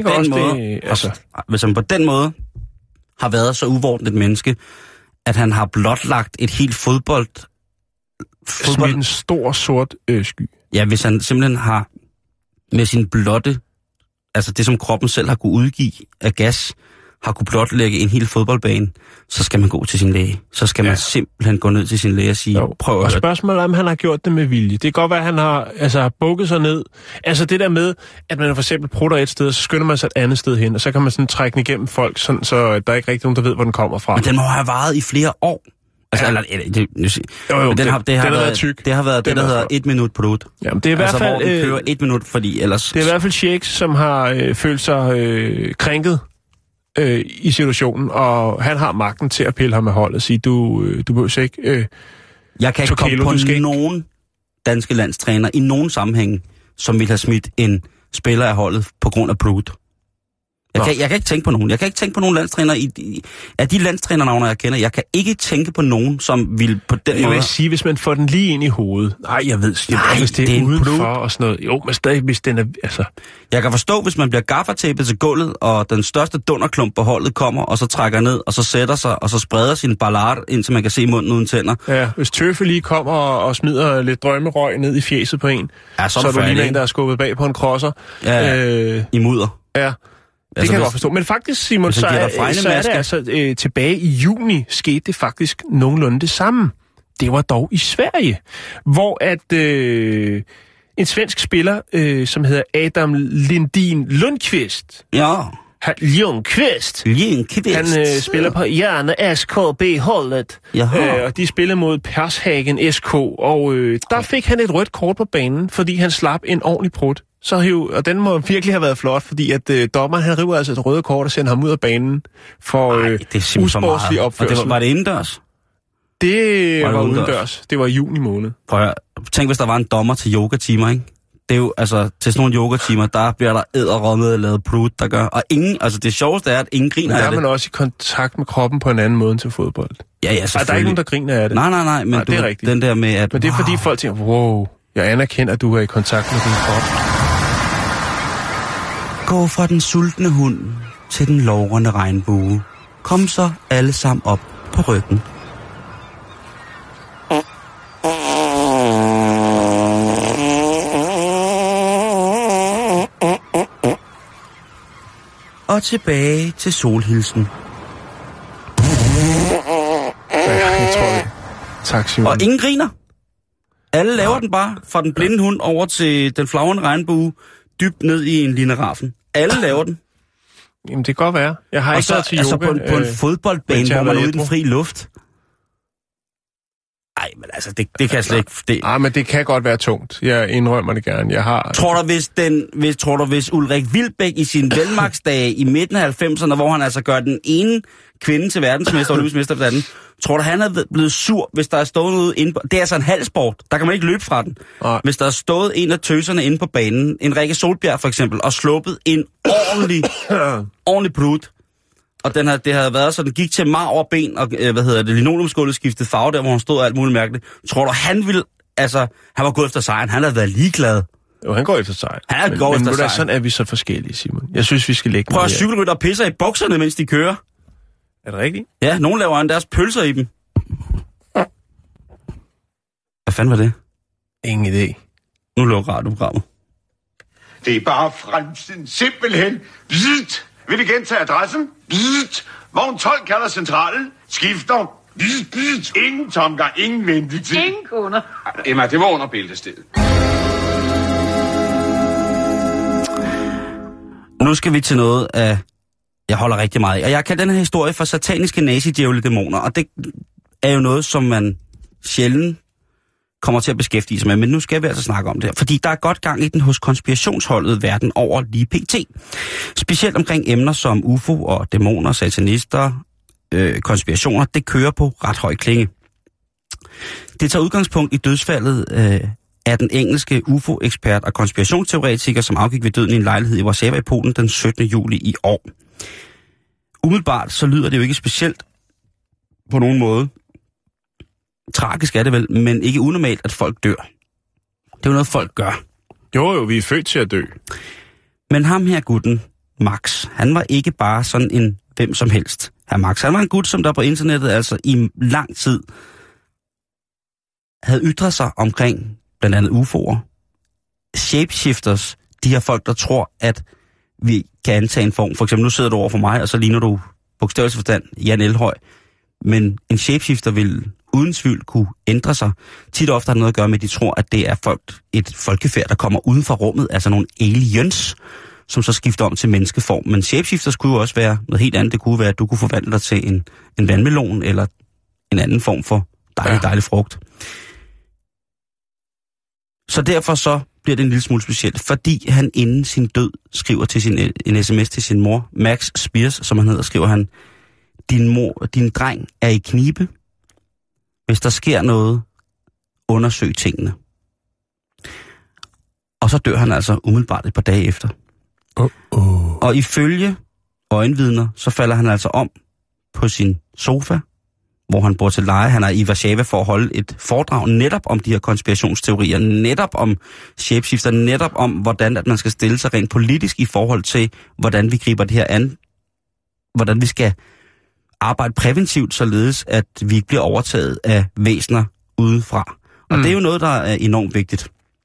han på den måde har været så uvortent et menneske, at han har blotlagt et helt fodbold... Smidt en stor, sort sky. Ja, hvis han simpelthen har med sin blotte, altså det som kroppen selv har kunne udgive af gas, har kunne blotlægge en hel fodboldbane, så skal man gå til sin læge. Så skal man simpelthen gå ned til sin læge og sige, prøv at... Og spørgsmålet er, om han har gjort det med vilje. Det kan godt være, at han har bukket sig ned. Altså det der med, at man for eksempel prutter et sted, så skynder man sig et andet sted hen, og så kan man sådan trække den igennem folk, sådan, så der er ikke rigtig nogen, der ved, hvor den kommer fra. Men den må have varet i flere år. Altså, det har været det, der hedder 1 minut prut. Jamen, det er i hvert fald... hvor den kører 1 minut, fordi ellers... Det er i hvert fald Shakes, som har følt sig krænket i situationen, og han har magten til at pille ham med holdet og sige, du behøver ikke... Jeg kan ikke komme på nogen danske landstræner i nogen sammenhæng, som vil have smidt en spiller af holdet på grund af prut. Jeg kan ikke tænke på nogen. Jeg kan ikke tænke på nogen landstræner af de landstrænernavne, jeg kender. Jeg kan ikke tænke på nogen, som vil på den måde... Jeg vil sige, hvis man får den lige ind i hovedet. Nej, jeg ved hvis det er udenfor og sådan noget. Jo, men stadig, hvis den er... Altså... Jeg kan forstå, hvis man bliver gaffertapet til gulvet, og den største dunderklump på holdet kommer, og så trækker ned, og så sætter sig, og så spreder sin ballard, indtil man kan se munden uden tænder. Ja, hvis Tøffe lige kommer og smider lidt drømmerøg ned i fjeset på en, så er du lige en, der er skubbet bag på en crosser. Ja, i mudder. Ja. Det kan jeg godt forstå. Men faktisk, Simon, så er det altså tilbage i juni skete det faktisk nogenlunde det samme. Det var dog i Sverige, hvor at en svensk spiller, som hedder Adam Lindin Lundqvist. Ja. Lundqvist. Han spiller på Järne SKB-holdet. Og de spiller mod Pershagen SK. Og der fik han et rødt kort på banen, fordi han slap en ordentlig prut. Og den må virkelig have været flot, fordi at dommeren, han river altså et røde kort og sender ham ud af banen for usportslig opførsel. Og var det indendørs? Det var udendørs. Det var i juni måned. Prøv at tænk, hvis der var en dommer til yogatimer, ikke? Det er jo, altså, til sådan nogle yogatimer, der bliver der edderrømmet lavet prut, der gør. Og ingen, altså det sjoveste er, at ingen griner af det. Men der er man også i kontakt med kroppen på en anden måde end til fodbold. Ja, selvfølgelig. Der er ikke nogen, der griner af det. Nej, men det er rigtigt. Den der med, at... Men det er fordi folk tænker, wow, jeg anerkender, at du er i kontakt med din krop. Gå fra den sultne hund til den lovrende regnbue. Kom så alle sammen op på ryggen. Og tilbage til solhilsen. Ja, jeg tror det. Tak, Simon. Og ingen griner. Alle laver den bare fra den blinde hund over til den flagrende regnbue, dybt ned i en lineraften. Alle laver den. Jamen, det kan godt være. Jeg har og ikke så, været til altså yoga. På en fodboldbane, hvor man er ude i den fri luft. Nej, men altså, det kan jeg slet ikke... Nej, men det kan godt være tungt. Jeg indrømmer det gerne. Jeg har... Tror du, hvis Ulrik Wilbæk i sine velmagsdage i midten af 90'erne, hvor han altså gør den ene kvinde til verdensmester og olympisk for den, tror du, han er blevet sur, hvis der er stået noget inde på... Det er altså en halvsport. Der kan man ikke løbe fra den. Nej. Hvis der er stået en af tøserne inde på banen, en Rikke Solbjerg for eksempel, og sluppet en ordentlig brud, og det havde været så, den gik til marv og ben, og linoleumsgulvet skiftede farve der, hvor han stod og alt muligt mærkeligt. Tror du, han var gået efter sejren, han havde været ligeglad. Jo, han går efter sejren. Han går efter sejren. Sådan er vi så forskellige, Simon. Jeg synes, vi skal lægge... Prøv at cykelrytter pisser i bukserne, mens de kører. Er det rigtigt? Ja, nogen laver en deres pølser i dem. Hvad fanden var det? Ingen idé. Nu lukker radioprogrammet. Det er bare fremtiden. Simpelthen. Bzzzt. Vil I gentage adressen? Bzzzt. Vogn 12 kalder centralen. Skifter. Bzzzt. Bzzzt. Ingen tomgang. Ingen ventetid. Ingen kunder. Emma, det var under bæltestedet. Nu skal vi til noget af... Jeg holder rigtig meget af. Og jeg kalder den her historie for sataniske nazi-djævle-dæmoner. Og det er jo noget, som man sjældent kommer til at beskæftige sig med. Men nu skal vi altså snakke om det her. Fordi der er godt gang i den hos konspirationsholdet verden over lige pt. Specielt omkring emner som UFO og dæmoner, satanister, konspirationer. Det kører på ret høj klinge. Det tager udgangspunkt i dødsfaldet af den engelske UFO-ekspert og konspirationsteoretiker, som afgik ved døden i en lejlighed i Warszawa i Polen den 17. juli i år. Umiddelbart så lyder det jo ikke specielt på nogen måde. Tragisk er det vel, men ikke unormalt, at folk dør. Det er jo noget, folk gør. Jo, vi er født til at dø. Men ham her gutten, Max, han var ikke bare sådan en hvem som helst. Her Max, han var en gut, som der på internettet altså i lang tid havde ytret sig omkring blandt andet UFO'er. Shapeshifters, de her folk, der tror, at vi kan antage en form. For eksempel, nu sidder du over for mig, og så ligner du bogstavelig forstand Jan Elhøj. Men en shapeshifter vil uden tvivl kunne ændre sig. Tit og ofte har det noget at gøre med, at de tror, at det er et folkefærd, der kommer uden for rummet, altså nogle aliens, som så skifter om til menneskeform. Men shapeshifters kunne jo også være noget helt andet. Det kunne være, at du kunne forvandle dig til en vandmelon, eller en anden form for dejlig frugt. Så derfor så bliver det en lille smule specielt, fordi han inden sin død skriver til en sms til sin mor, Max Spears, som han hedder, skriver han, din dreng er i knibe. Hvis der sker noget, undersøg tingene. Og så dør han altså umiddelbart et par dage efter. Og ifølge øjenvidner, så falder han altså om på sin sofa, hvor han bor til leje. Han er i Warszawa for at holde et foredrag netop om de her konspirationsteorier, netop om shapeshifter, netop om, hvordan at man skal stille sig rent politisk i forhold til, hvordan vi griber det her an, hvordan vi skal arbejde præventivt, således at vi ikke bliver overtaget af væsener udefra. Og det er jo noget, der er enormt vigtigt.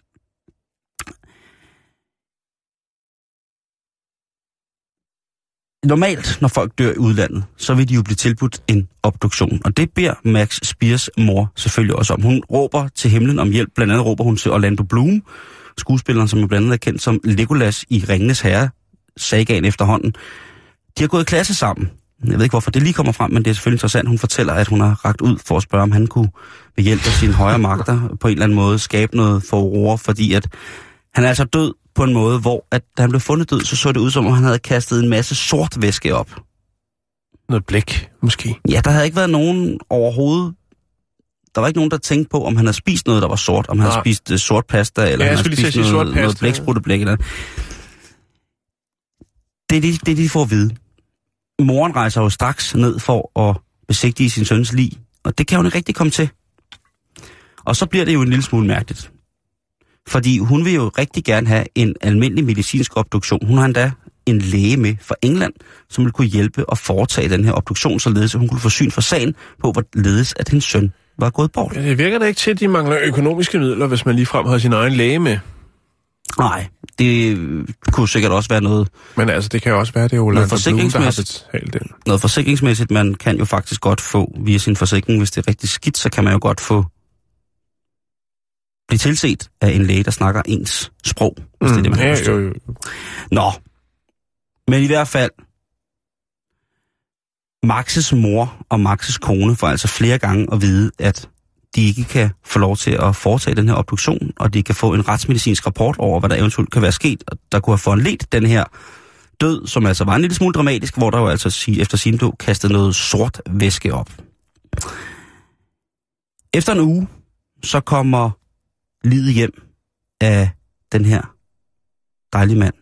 Normalt, når folk dør i udlandet, så vil de jo blive tilbudt en obduktion. Og det beder Max Spears mor selvfølgelig også om. Hun råber til himlen om hjælp. Blandt andet råber hun til Orlando Bloom, skuespilleren, som er blandt andet er kendt som Legolas i Ringenes Herre, sagaen efterhånden. De har gået i klasse sammen. Jeg ved ikke, hvorfor det lige kommer frem, men det er selvfølgelig interessant. Hun fortæller, at hun har rakt ud for at spørge, om han kunne ved hjælp af sine højere magter på en eller anden måde skabe noget furore, fordi at han er altså død på en måde, hvor at, da han blev fundet død, så det ud som om, han havde kastet en masse sort væske op. Noget blæk, måske? Ja, der havde ikke været nogen overhovedet. Der var ikke nogen, der tænkte på, om han havde spist noget, der var sort. Om han havde spist sort pasta, eller han havde spist noget blækspruteblæk. Eller det er det, de får at vide. Moren rejser jo straks ned for at besigtige sin søns lig, og det kan hun ikke rigtig komme til. Og så bliver det jo en lille smule mærkeligt. Fordi hun vil jo rigtig gerne have en almindelig medicinsk obduktion. Hun har endda en læge med fra England, som ville kunne hjælpe og foretage den her obduktion, således at hun kunne få syn for sagen på, hvorledes at hendes søn var gået bort. Det virker da ikke til, at de mangler økonomiske midler, hvis man ligefrem har sin egen læge med. Nej, det kunne sikkert også være noget... Men altså, det kan jo også være, det er Orlando Bloom, der har betalt det. Noget forsikringsmæssigt, man kan jo faktisk godt få via sin forsikring. Hvis det er rigtig skidt, så kan man jo godt blive tilset af en læge, der snakker ens sprog, hvis det er det, man har jo. Nå, men i hvert fald, Maxes mor og Maxes kone får altså flere gange at vide, at de ikke kan få lov til at foretage den her obduktion, og de kan få en retsmedicinsk rapport over, hvad der eventuelt kan være sket, og der kunne have foranledt den her død, som altså var en lille smule dramatisk, hvor der jo altså efter sin død kastede noget sort væske op. Efter en uge, så kommer livet hjem af den her dejlige mand,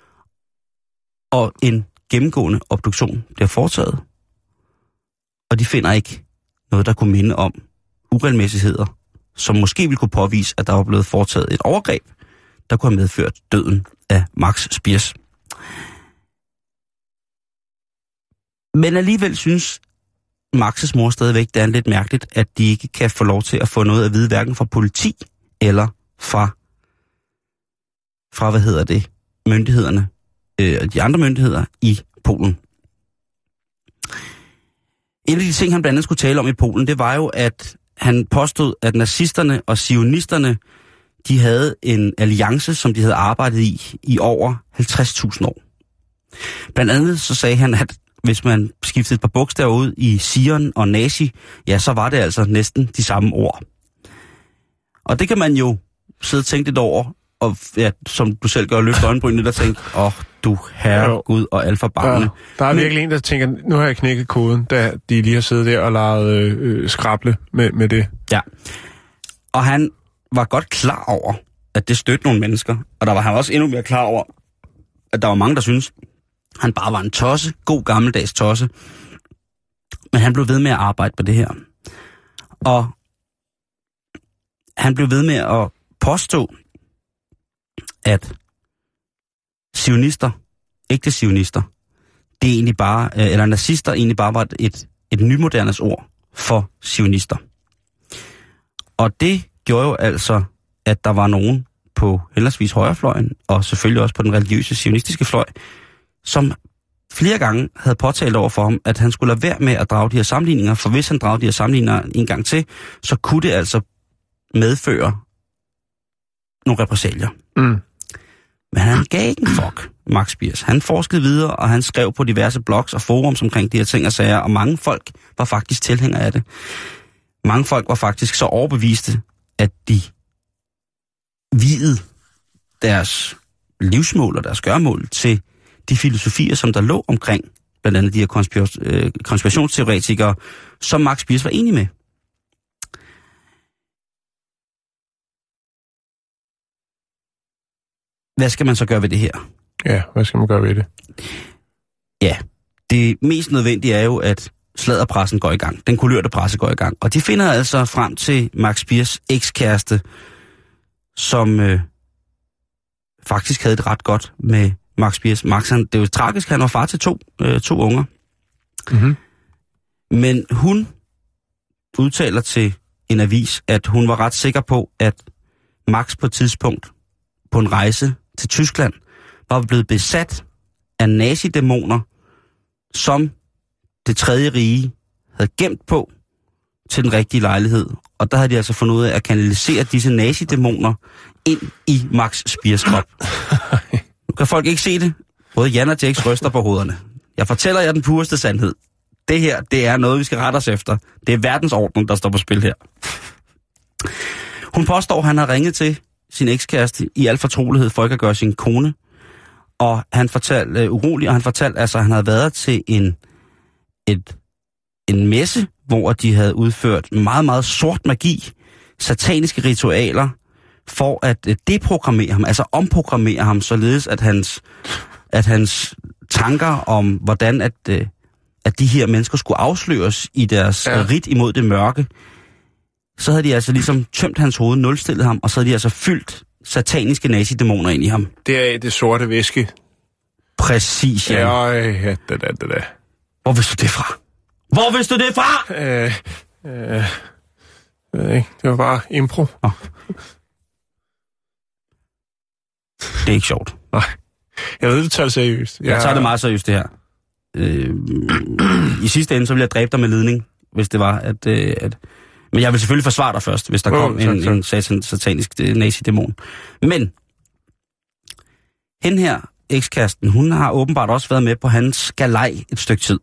og en gennemgående obduktion bliver foretaget, og de finder ikke noget, der kunne minde om uregelmæssigheder, som måske ville kunne påvise, at der var blevet foretaget et overgreb, der kunne have medført døden af Max Spiers. Men alligevel synes Maxes mor stadigvæk, det er lidt mærkeligt, at de ikke kan få lov til at få noget at vide, hverken fra politi eller fra myndighederne, de andre myndigheder i Polen. En af de ting, han blandt andet skulle tale om i Polen, det var jo, at han påstod, at nazisterne og zionisterne, de havde en alliance, som de havde arbejdet i over 50.000 år. Blandt andet så sagde han, at hvis man skiftede et par bogstaver ud i Zion og nazi, ja, så var det altså næsten de samme ord. Og det kan man jo sidde og tænke lidt over, og ja, som du selv gør, løfte øjenbrynene og tænke, du herregud og alfabarne. Ja, der er virkelig en, der tænker, nu har jeg knækket koden, da de lige har siddet der og lavet skrable med det. Ja, og han var godt klar over, at det stødte nogle mennesker, og der var han også endnu mere klar over, at der var mange, der synes, han bare var en tosse, god gammeldags tosse. Men han blev ved med at arbejde på det her. Og han blev ved med at påstå, at zionister, ægte zionister, det er egentlig bare, eller nazister egentlig bare var et nymodernes ord for zionister. Og det gjorde jo altså, at der var nogen på henholdsvis højrefløjen, og selvfølgelig også på den religiøse zionistiske fløj, som flere gange havde påtalt over for ham, at han skulle lade være med at drage de her sammenligninger, for hvis han dragede de her sammenligninger en gang til, så kunne det altså medføre nogle repressalier. Men han gav ikke en fuck, Max Spiers. Han forskede videre, og han skrev på diverse blogs og forums omkring de her ting og sager, og mange folk var faktisk tilhængere af det. Mange folk var faktisk så overbeviste, at de viede deres livsmål og deres gørmål til de filosofier, som der lå omkring, blandt andet de her konspirationsteoretikere, som Max Spiers var enig med. Hvad skal man så gøre ved det her? Ja, hvad skal man gøre ved det? Ja, det mest nødvendige er jo, at sladderpressen går i gang. Den kulørte presse går i gang. Og de finder altså frem til Max Spiers ekskæreste, som faktisk havde det ret godt med Max Spiers. Max, det er jo tragisk, han var far til to unger. Mm-hmm. Men hun udtaler til en avis, at hun var ret sikker på, at Max på et tidspunkt på en rejse til Tyskland var blevet besat af nazidæmoner, som det tredje rige havde gemt på til den rigtige lejlighed. Og der havde de altså fundet ud af at kanalisere disse nazidæmoner ind i Max Spiers krop. Nu kan folk ikke se det. Både Jan og Jakes ryster på hovederne. Jeg fortæller jer den pureste sandhed. Det her, det er noget, vi skal rette os efter. Det er verdensordenen, der står på spil her. Hun påstår, at han har ringet til sin ekskæreste i al fortrolighed for ikke at gøre sin kone. Og han fortalte urolig, og han fortalte, altså, at han havde været til en messe, hvor de havde udført meget, meget sort magi, sataniske ritualer, for at deprogrammere ham, altså omprogrammere ham, således at hans tanker om, hvordan at de her mennesker skulle afsløres i deres ridt imod det mørke, så havde de altså ligesom tømt hans hoved, nulstillet ham, og så havde de altså fyldt sataniske nazidæmoner ind i ham. Det er det sorte væske. Præcis, ja. Ja, det. Hvor vidste du det fra? Hvor vidste du det fra? Jeg ved ikke, det var bare impro. Oh. Det er ikke sjovt. Nej. Jeg ved, du tager det seriøst. Jeg tager det meget seriøst, det her. I sidste ende, så ville jeg dræbe dig med ledning, hvis det var, at... Men jeg vil selvfølgelig forsvare dig først, hvis der kom en satanisk nazi-dæmon. Men, hende her, ekskæresten, hun har åbenbart også været med på hans galej et stykke tid.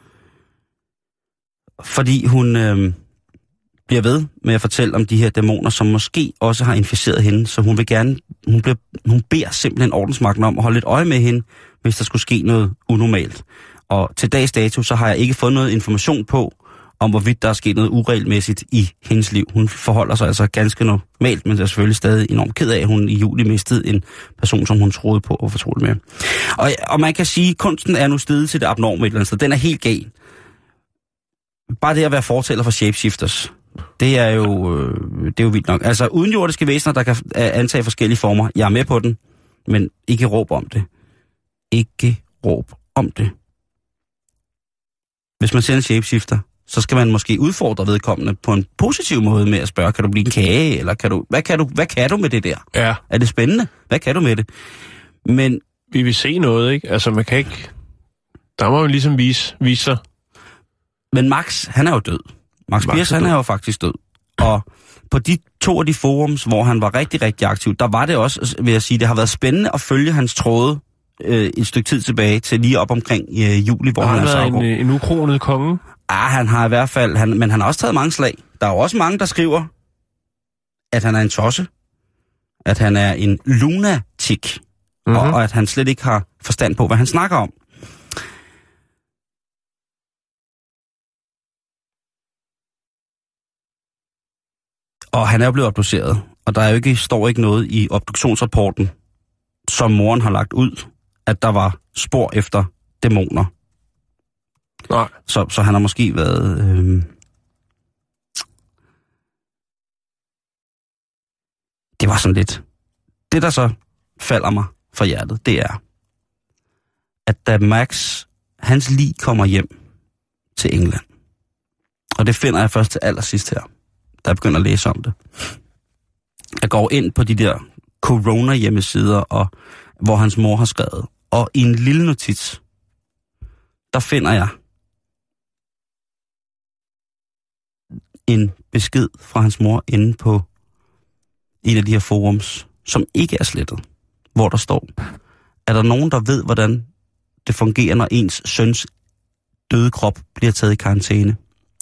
Fordi hun bliver ved med at fortælle om de her dæmoner, som måske også har inficeret hende, så hun vil gerne, hun beder simpelthen ordensmagten om at holde lidt øje med hende, hvis der skulle ske noget unormalt. Og til dags dato, så har jeg ikke fået noget information på, om hvorvidt der er sket noget uregelmæssigt i hendes liv. Hun forholder sig altså ganske normalt, men er selvfølgelig stadig enormt ked af, at hun i juli mistede en person, som hun troede på og fortroede med. Og man kan sige, at kunsten er nu steget til det abnorme et eller andet sted. Den er helt gal. Bare det at være fortæller for shapeshifters, det er jo vildt nok. Altså udenjordiske væsener, der kan antage forskellige former. Jeg er med på den, men ikke råb om det. Ikke råb om det. Hvis man ser en shapeshifter, så skal man måske udfordre vedkommende på en positiv måde med at spørge, kan du blive en kage, eller hvad kan du med det der? Ja. Er det spændende? Hvad kan du med det? Men vi vil se noget, ikke? Altså man kan ikke... Der må man ligesom vise sig. Men Max, han er jo død. Max Pierce, han er jo faktisk død. Og på de 2 af de forums, hvor han var rigtig, rigtig aktiv, der var det også, vil jeg sige, det har været spændende at følge hans tråde et stykke tid tilbage til lige op omkring juli, hvor han er så en ukronet konge? Han har i hvert fald, men han har også taget mange slag. Der er jo også mange, der skriver, at han er en tosse, at han er en lunatik, og at han slet ikke har forstand på, hvad han snakker om. Og han er jo blevet obduceret, og der er jo står ikke noget i obduktionsrapporten, som moren har lagt ud, at der var spor efter dæmoner. Nej. Så han har måske været... Det var sådan lidt... Det, der så falder mig for hjertet, det er, at da Max, hans lig kommer hjem til England, og det finder jeg først til allersidst her, da jeg begynder at læse om det. Jeg går ind på de der corona-hjemmesider, og hvor hans mor har skrevet, og i en lille notits, der finder jeg en besked fra hans mor inde på et af de her forums, som ikke er slettet, hvor der står, er der nogen, der ved, hvordan det fungerer, når ens søns døde krop bliver taget i karantæne?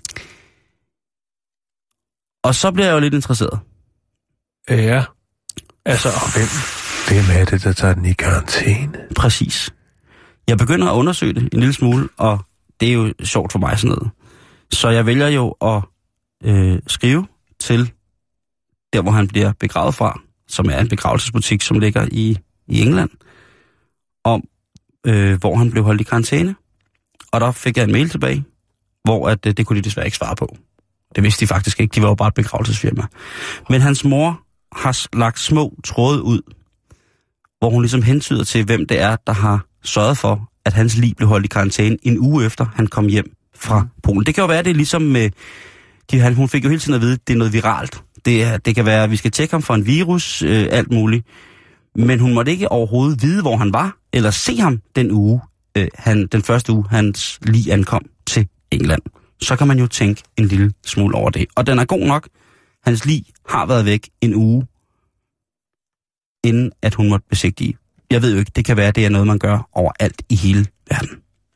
Og så bliver jeg jo lidt interesseret. Ja. Altså, hvem er det, der tager den i karantæne? Præcis. Jeg begynder at undersøge det en lille smule, og det er jo sjovt for mig sådan noget. Så jeg vælger jo at skrive til der, hvor han bliver begravet fra, som er en begravelsesbutik, som ligger i England, om hvor han blev holdt i karantæne. Og der fik jeg en mail tilbage, hvor at, det kunne de desværre ikke svare på. Det vidste de faktisk ikke, de var jo bare et begravelsesfirma. Men hans mor har lagt små tråde ud, hvor hun ligesom hentyder til, hvem det er, der har sørget for, at hans lig blev holdt i karantæne en uge efter, han kom hjem fra Polen. Det kan jo være, det er ligesom med... Hun fik jo hele tiden at vide, at det er noget viralt. Det kan være, at vi skal tjekke ham for en virus, alt muligt. Men hun måtte ikke overhovedet vide, hvor han var, eller se ham den uge, den første uge, hans lig ankom til England. Så kan man jo tænke en lille smule over det. Og den er god nok. Hans lig har været væk en uge, inden at hun måtte besigtige. Jeg ved jo ikke, det kan være, det er noget, man gør overalt i hele verden.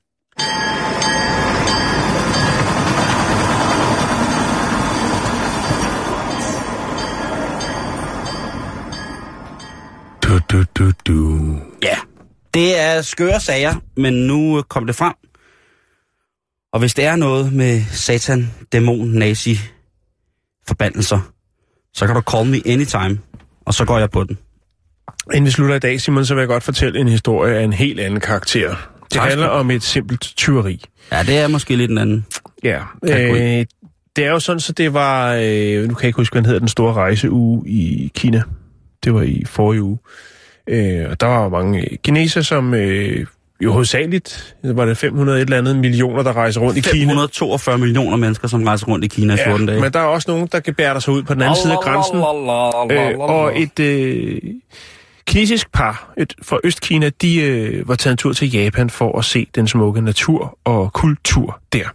Ja, det er skøre sager, men nu kom det frem. Og hvis det er noget med satan, dæmon, nazi, forbandelser, så kan du call me anytime, og så går jeg på den. Inden vi slutter i dag, Simon, så vil jeg godt fortælle en historie af en helt anden karakter. Det handler om et simpelt tyveri. Ja, det er måske lidt en anden. Ja, det er jo sådan, så det var, nu kan jeg ikke huske, hvad den hedder, den store rejseuge i Kina. Det var i forrige uge. Og der var mange kinesere, som jo hovedsageligt, var det 500 et eller andet millioner, der rejser rundt i Kina. 542 millioner mennesker, som rejser rundt i Kina i 14 dage. Men der er også nogen, der gebærder sig ud på den anden side af grænsen. Og et kinesisk par fra Østkina, de var taget en tur til Japan for at se den smukke natur og kultur der.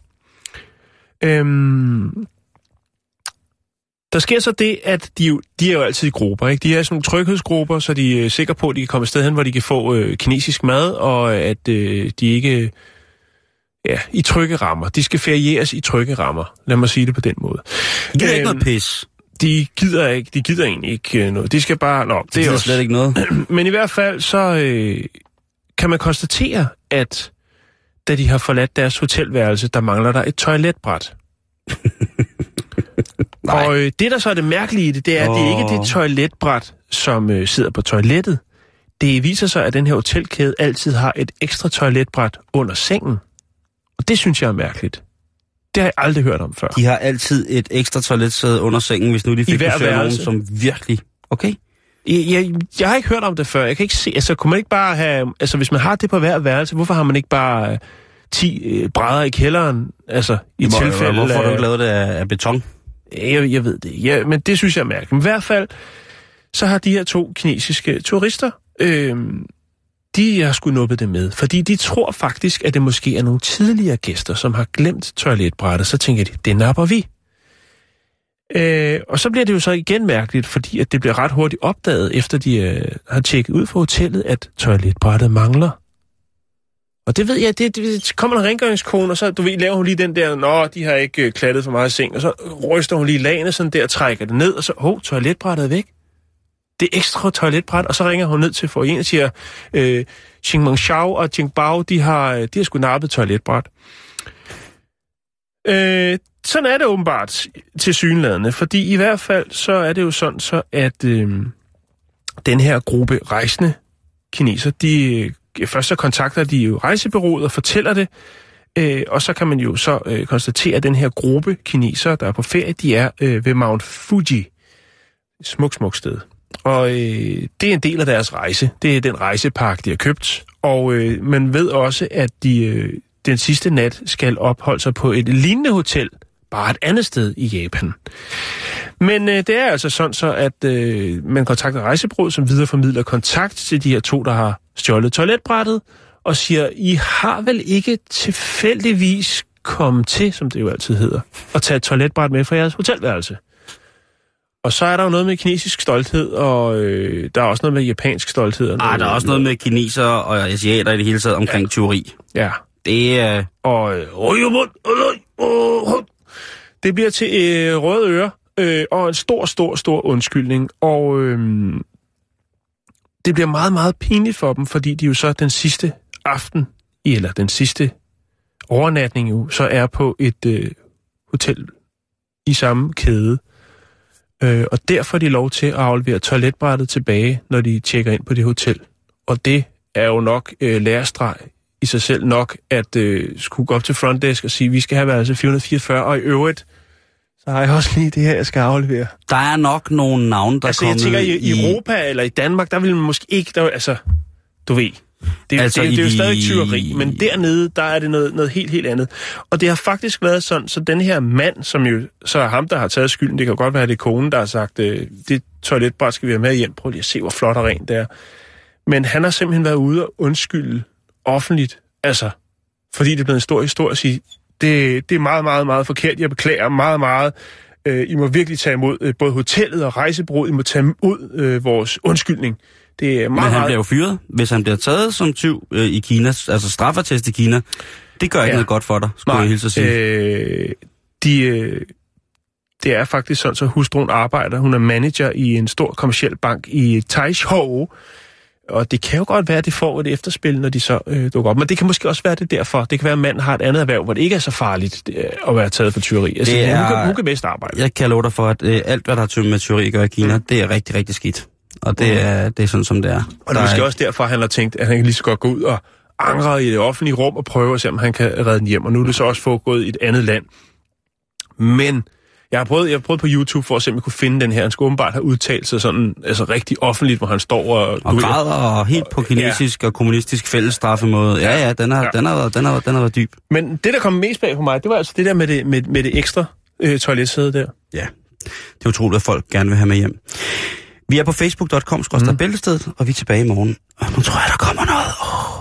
Der sker så det, at de er jo altid i grupper, ikke? De er sådan nogle tryghedsgrupper, så de er sikre på, at de kan komme et sted hen, hvor de kan få kinesisk mad, og at de ikke i trygge rammer. De skal ferieres i trygge rammer. Lad mig sige det på den måde. Det er ikke noget pis. De gider egentlig ikke noget. De skal bare... det er slet ikke noget. Men i hvert fald så kan man konstatere, at da de har forladt deres hotelværelse, der mangler der et toiletbræt. Og det, der så er det mærkelige i det er, at det ikke er det toiletbræt, som sidder på toilettet. Det viser sig, at den her hotelkæde altid har et ekstra toiletbræt under sengen. Og det synes jeg er mærkeligt. Det har jeg aldrig hørt om før. De har altid et ekstra toiletsæde under sengen, hvis nu de fik besøg af nogen, som virkelig... Okay. Jeg har ikke hørt om det før. Jeg kan ikke se... Altså, kunne man ikke bare have... Altså, hvis man har det på hver værelse, hvorfor har man ikke bare 10 brædder i kælderen? Altså, i tilfælde... Hvorfor har du ikke lavet det af beton? Jeg ved det. Ja, men det synes jeg er mærkeligt. Men i hvert fald, så har de her 2 kinesiske turister... De har sgu nuppet det med, fordi de tror faktisk, at det måske er nogle tidligere gæster, som har glemt toiletbrættet. Så tænker de, det napper vi. Og så bliver det jo så igen mærkeligt, fordi at det bliver ret hurtigt opdaget, efter de har tjekket ud fra hotellet, at toiletbrættet mangler. Og det ved jeg, det kommer en rengøringskone, og så laver hun lige den der, de har ikke klattet for meget i seng, og så ryster hun lige lagene sådan der, trækker det ned, og så, toiletbrættet er væk. Det ekstra toiletbræt, og så ringer hun ned til foyeren og siger, Xingmeng Xiao og Jingbao, de har sgu nappet toiletbræt. Sådan er det åbenbart tilsyneladende, fordi i hvert fald så er det jo sådan så, at den her gruppe rejsende kineser, først så kontakter de jo rejsebureauet og fortæller det, og så kan man jo så konstatere, at den her gruppe kineser, der er på ferie, de er ved Mount Fuji. Smuk sted. Og det er en del af deres rejse. Det er den rejsepakke, de har købt. Og man ved også, at de den sidste nat skal opholde sig på et lignende hotel, bare et andet sted i Japan. Men det er altså sådan så, at man kontakter rejsebureauet, som videreformidler kontakt til de her 2, der har stjålet toiletbrættet, og siger, I har vel ikke tilfældigvis kommet til, som det jo altid hedder, at tage et toiletbræt med fra jeres hotelværelse. Og så er der jo noget med kinesisk stolthed, og der er også noget med japansk stolthed. Der er også noget med kinesere og asiater i det hele taget omkring tyveri. Ja. Det er... Det bliver til røde ører, og en stor undskyldning. Og det bliver meget, meget pinligt for dem, fordi de jo så den sidste aften, eller den sidste overnatning jo, så er på et hotel i samme kæde. Og derfor er de lov til at aflevere toiletbrættet tilbage, når de tjekker ind på det hotel. Og det er jo nok lærestreg i sig selv nok, at skulle gå op til frontdesk og sige, vi skal have værelse 444, og i øvrigt, så har jeg også lige det her, jeg skal aflevere. Der er nok nogle navne, der kommer jeg tænker, i Europa eller i Danmark, der vil man måske ikke, du ved... Det er jo stadig tyveri, men dernede, der er det noget helt andet. Og det har faktisk været sådan, så den her mand, som jo så er ham, der har taget skylden, det kan godt være, det er konen, der har sagt, det toiletbræt skal vi have med hjem, prøv lige at se, hvor flot og rent det er. Men han har simpelthen været ude og undskylde offentligt, altså, fordi det er blevet en stor historie at sige, det er meget, meget, meget forkert, jeg beklager meget, meget. I må virkelig tage imod både hotellet og rejsebureauet, I må tage imod vores undskyldning. Det er meget, men han bliver jo fyret, hvis han bliver taget som tyv i Kina, altså straffertest i Kina. Det gør ikke noget godt for dig, skulle jeg hilse at sige. Det er faktisk sådan, så hustruen arbejder. Hun er manager i en stor kommerciel bank i Taizhou. Og det kan jo godt være, at det får et efterspil, når de så dukker op. Men det kan måske også være det derfor. Det kan være, at manden har et andet erhverv, hvor det ikke er så farligt at være taget for tyveri. Altså, hun kan bedst arbejde. Jeg kan love dig for, at alt, hvad der har med tyveri at gøre i Kina, det er rigtig, rigtig skidt. Og det er sådan, som det er. Og det er måske også derfor, han har tænkt, at han kan lige så godt gå ud og angre i det offentlige rum og prøve at se, om han kan redde den hjem. Og nu er det så også foregået i et andet land. Men Jeg har prøvet på YouTube for at se, om jeg kunne finde den her. Han skulle åbenbart have udtalt sig sådan, altså rigtig offentligt, hvor han står og græder og helt på kinesisk og kommunistisk fællesstraffemåde. Ja, den har været dyb. Men det, der kom mest bag på mig, det var altså det der med det ekstra toiletsæde der. Ja, det er utroligt, at folk gerne vil have med hjem. Vi er på facebook.com/bæltestedet, og vi er tilbage i morgen. Og nu tror jeg, der kommer noget.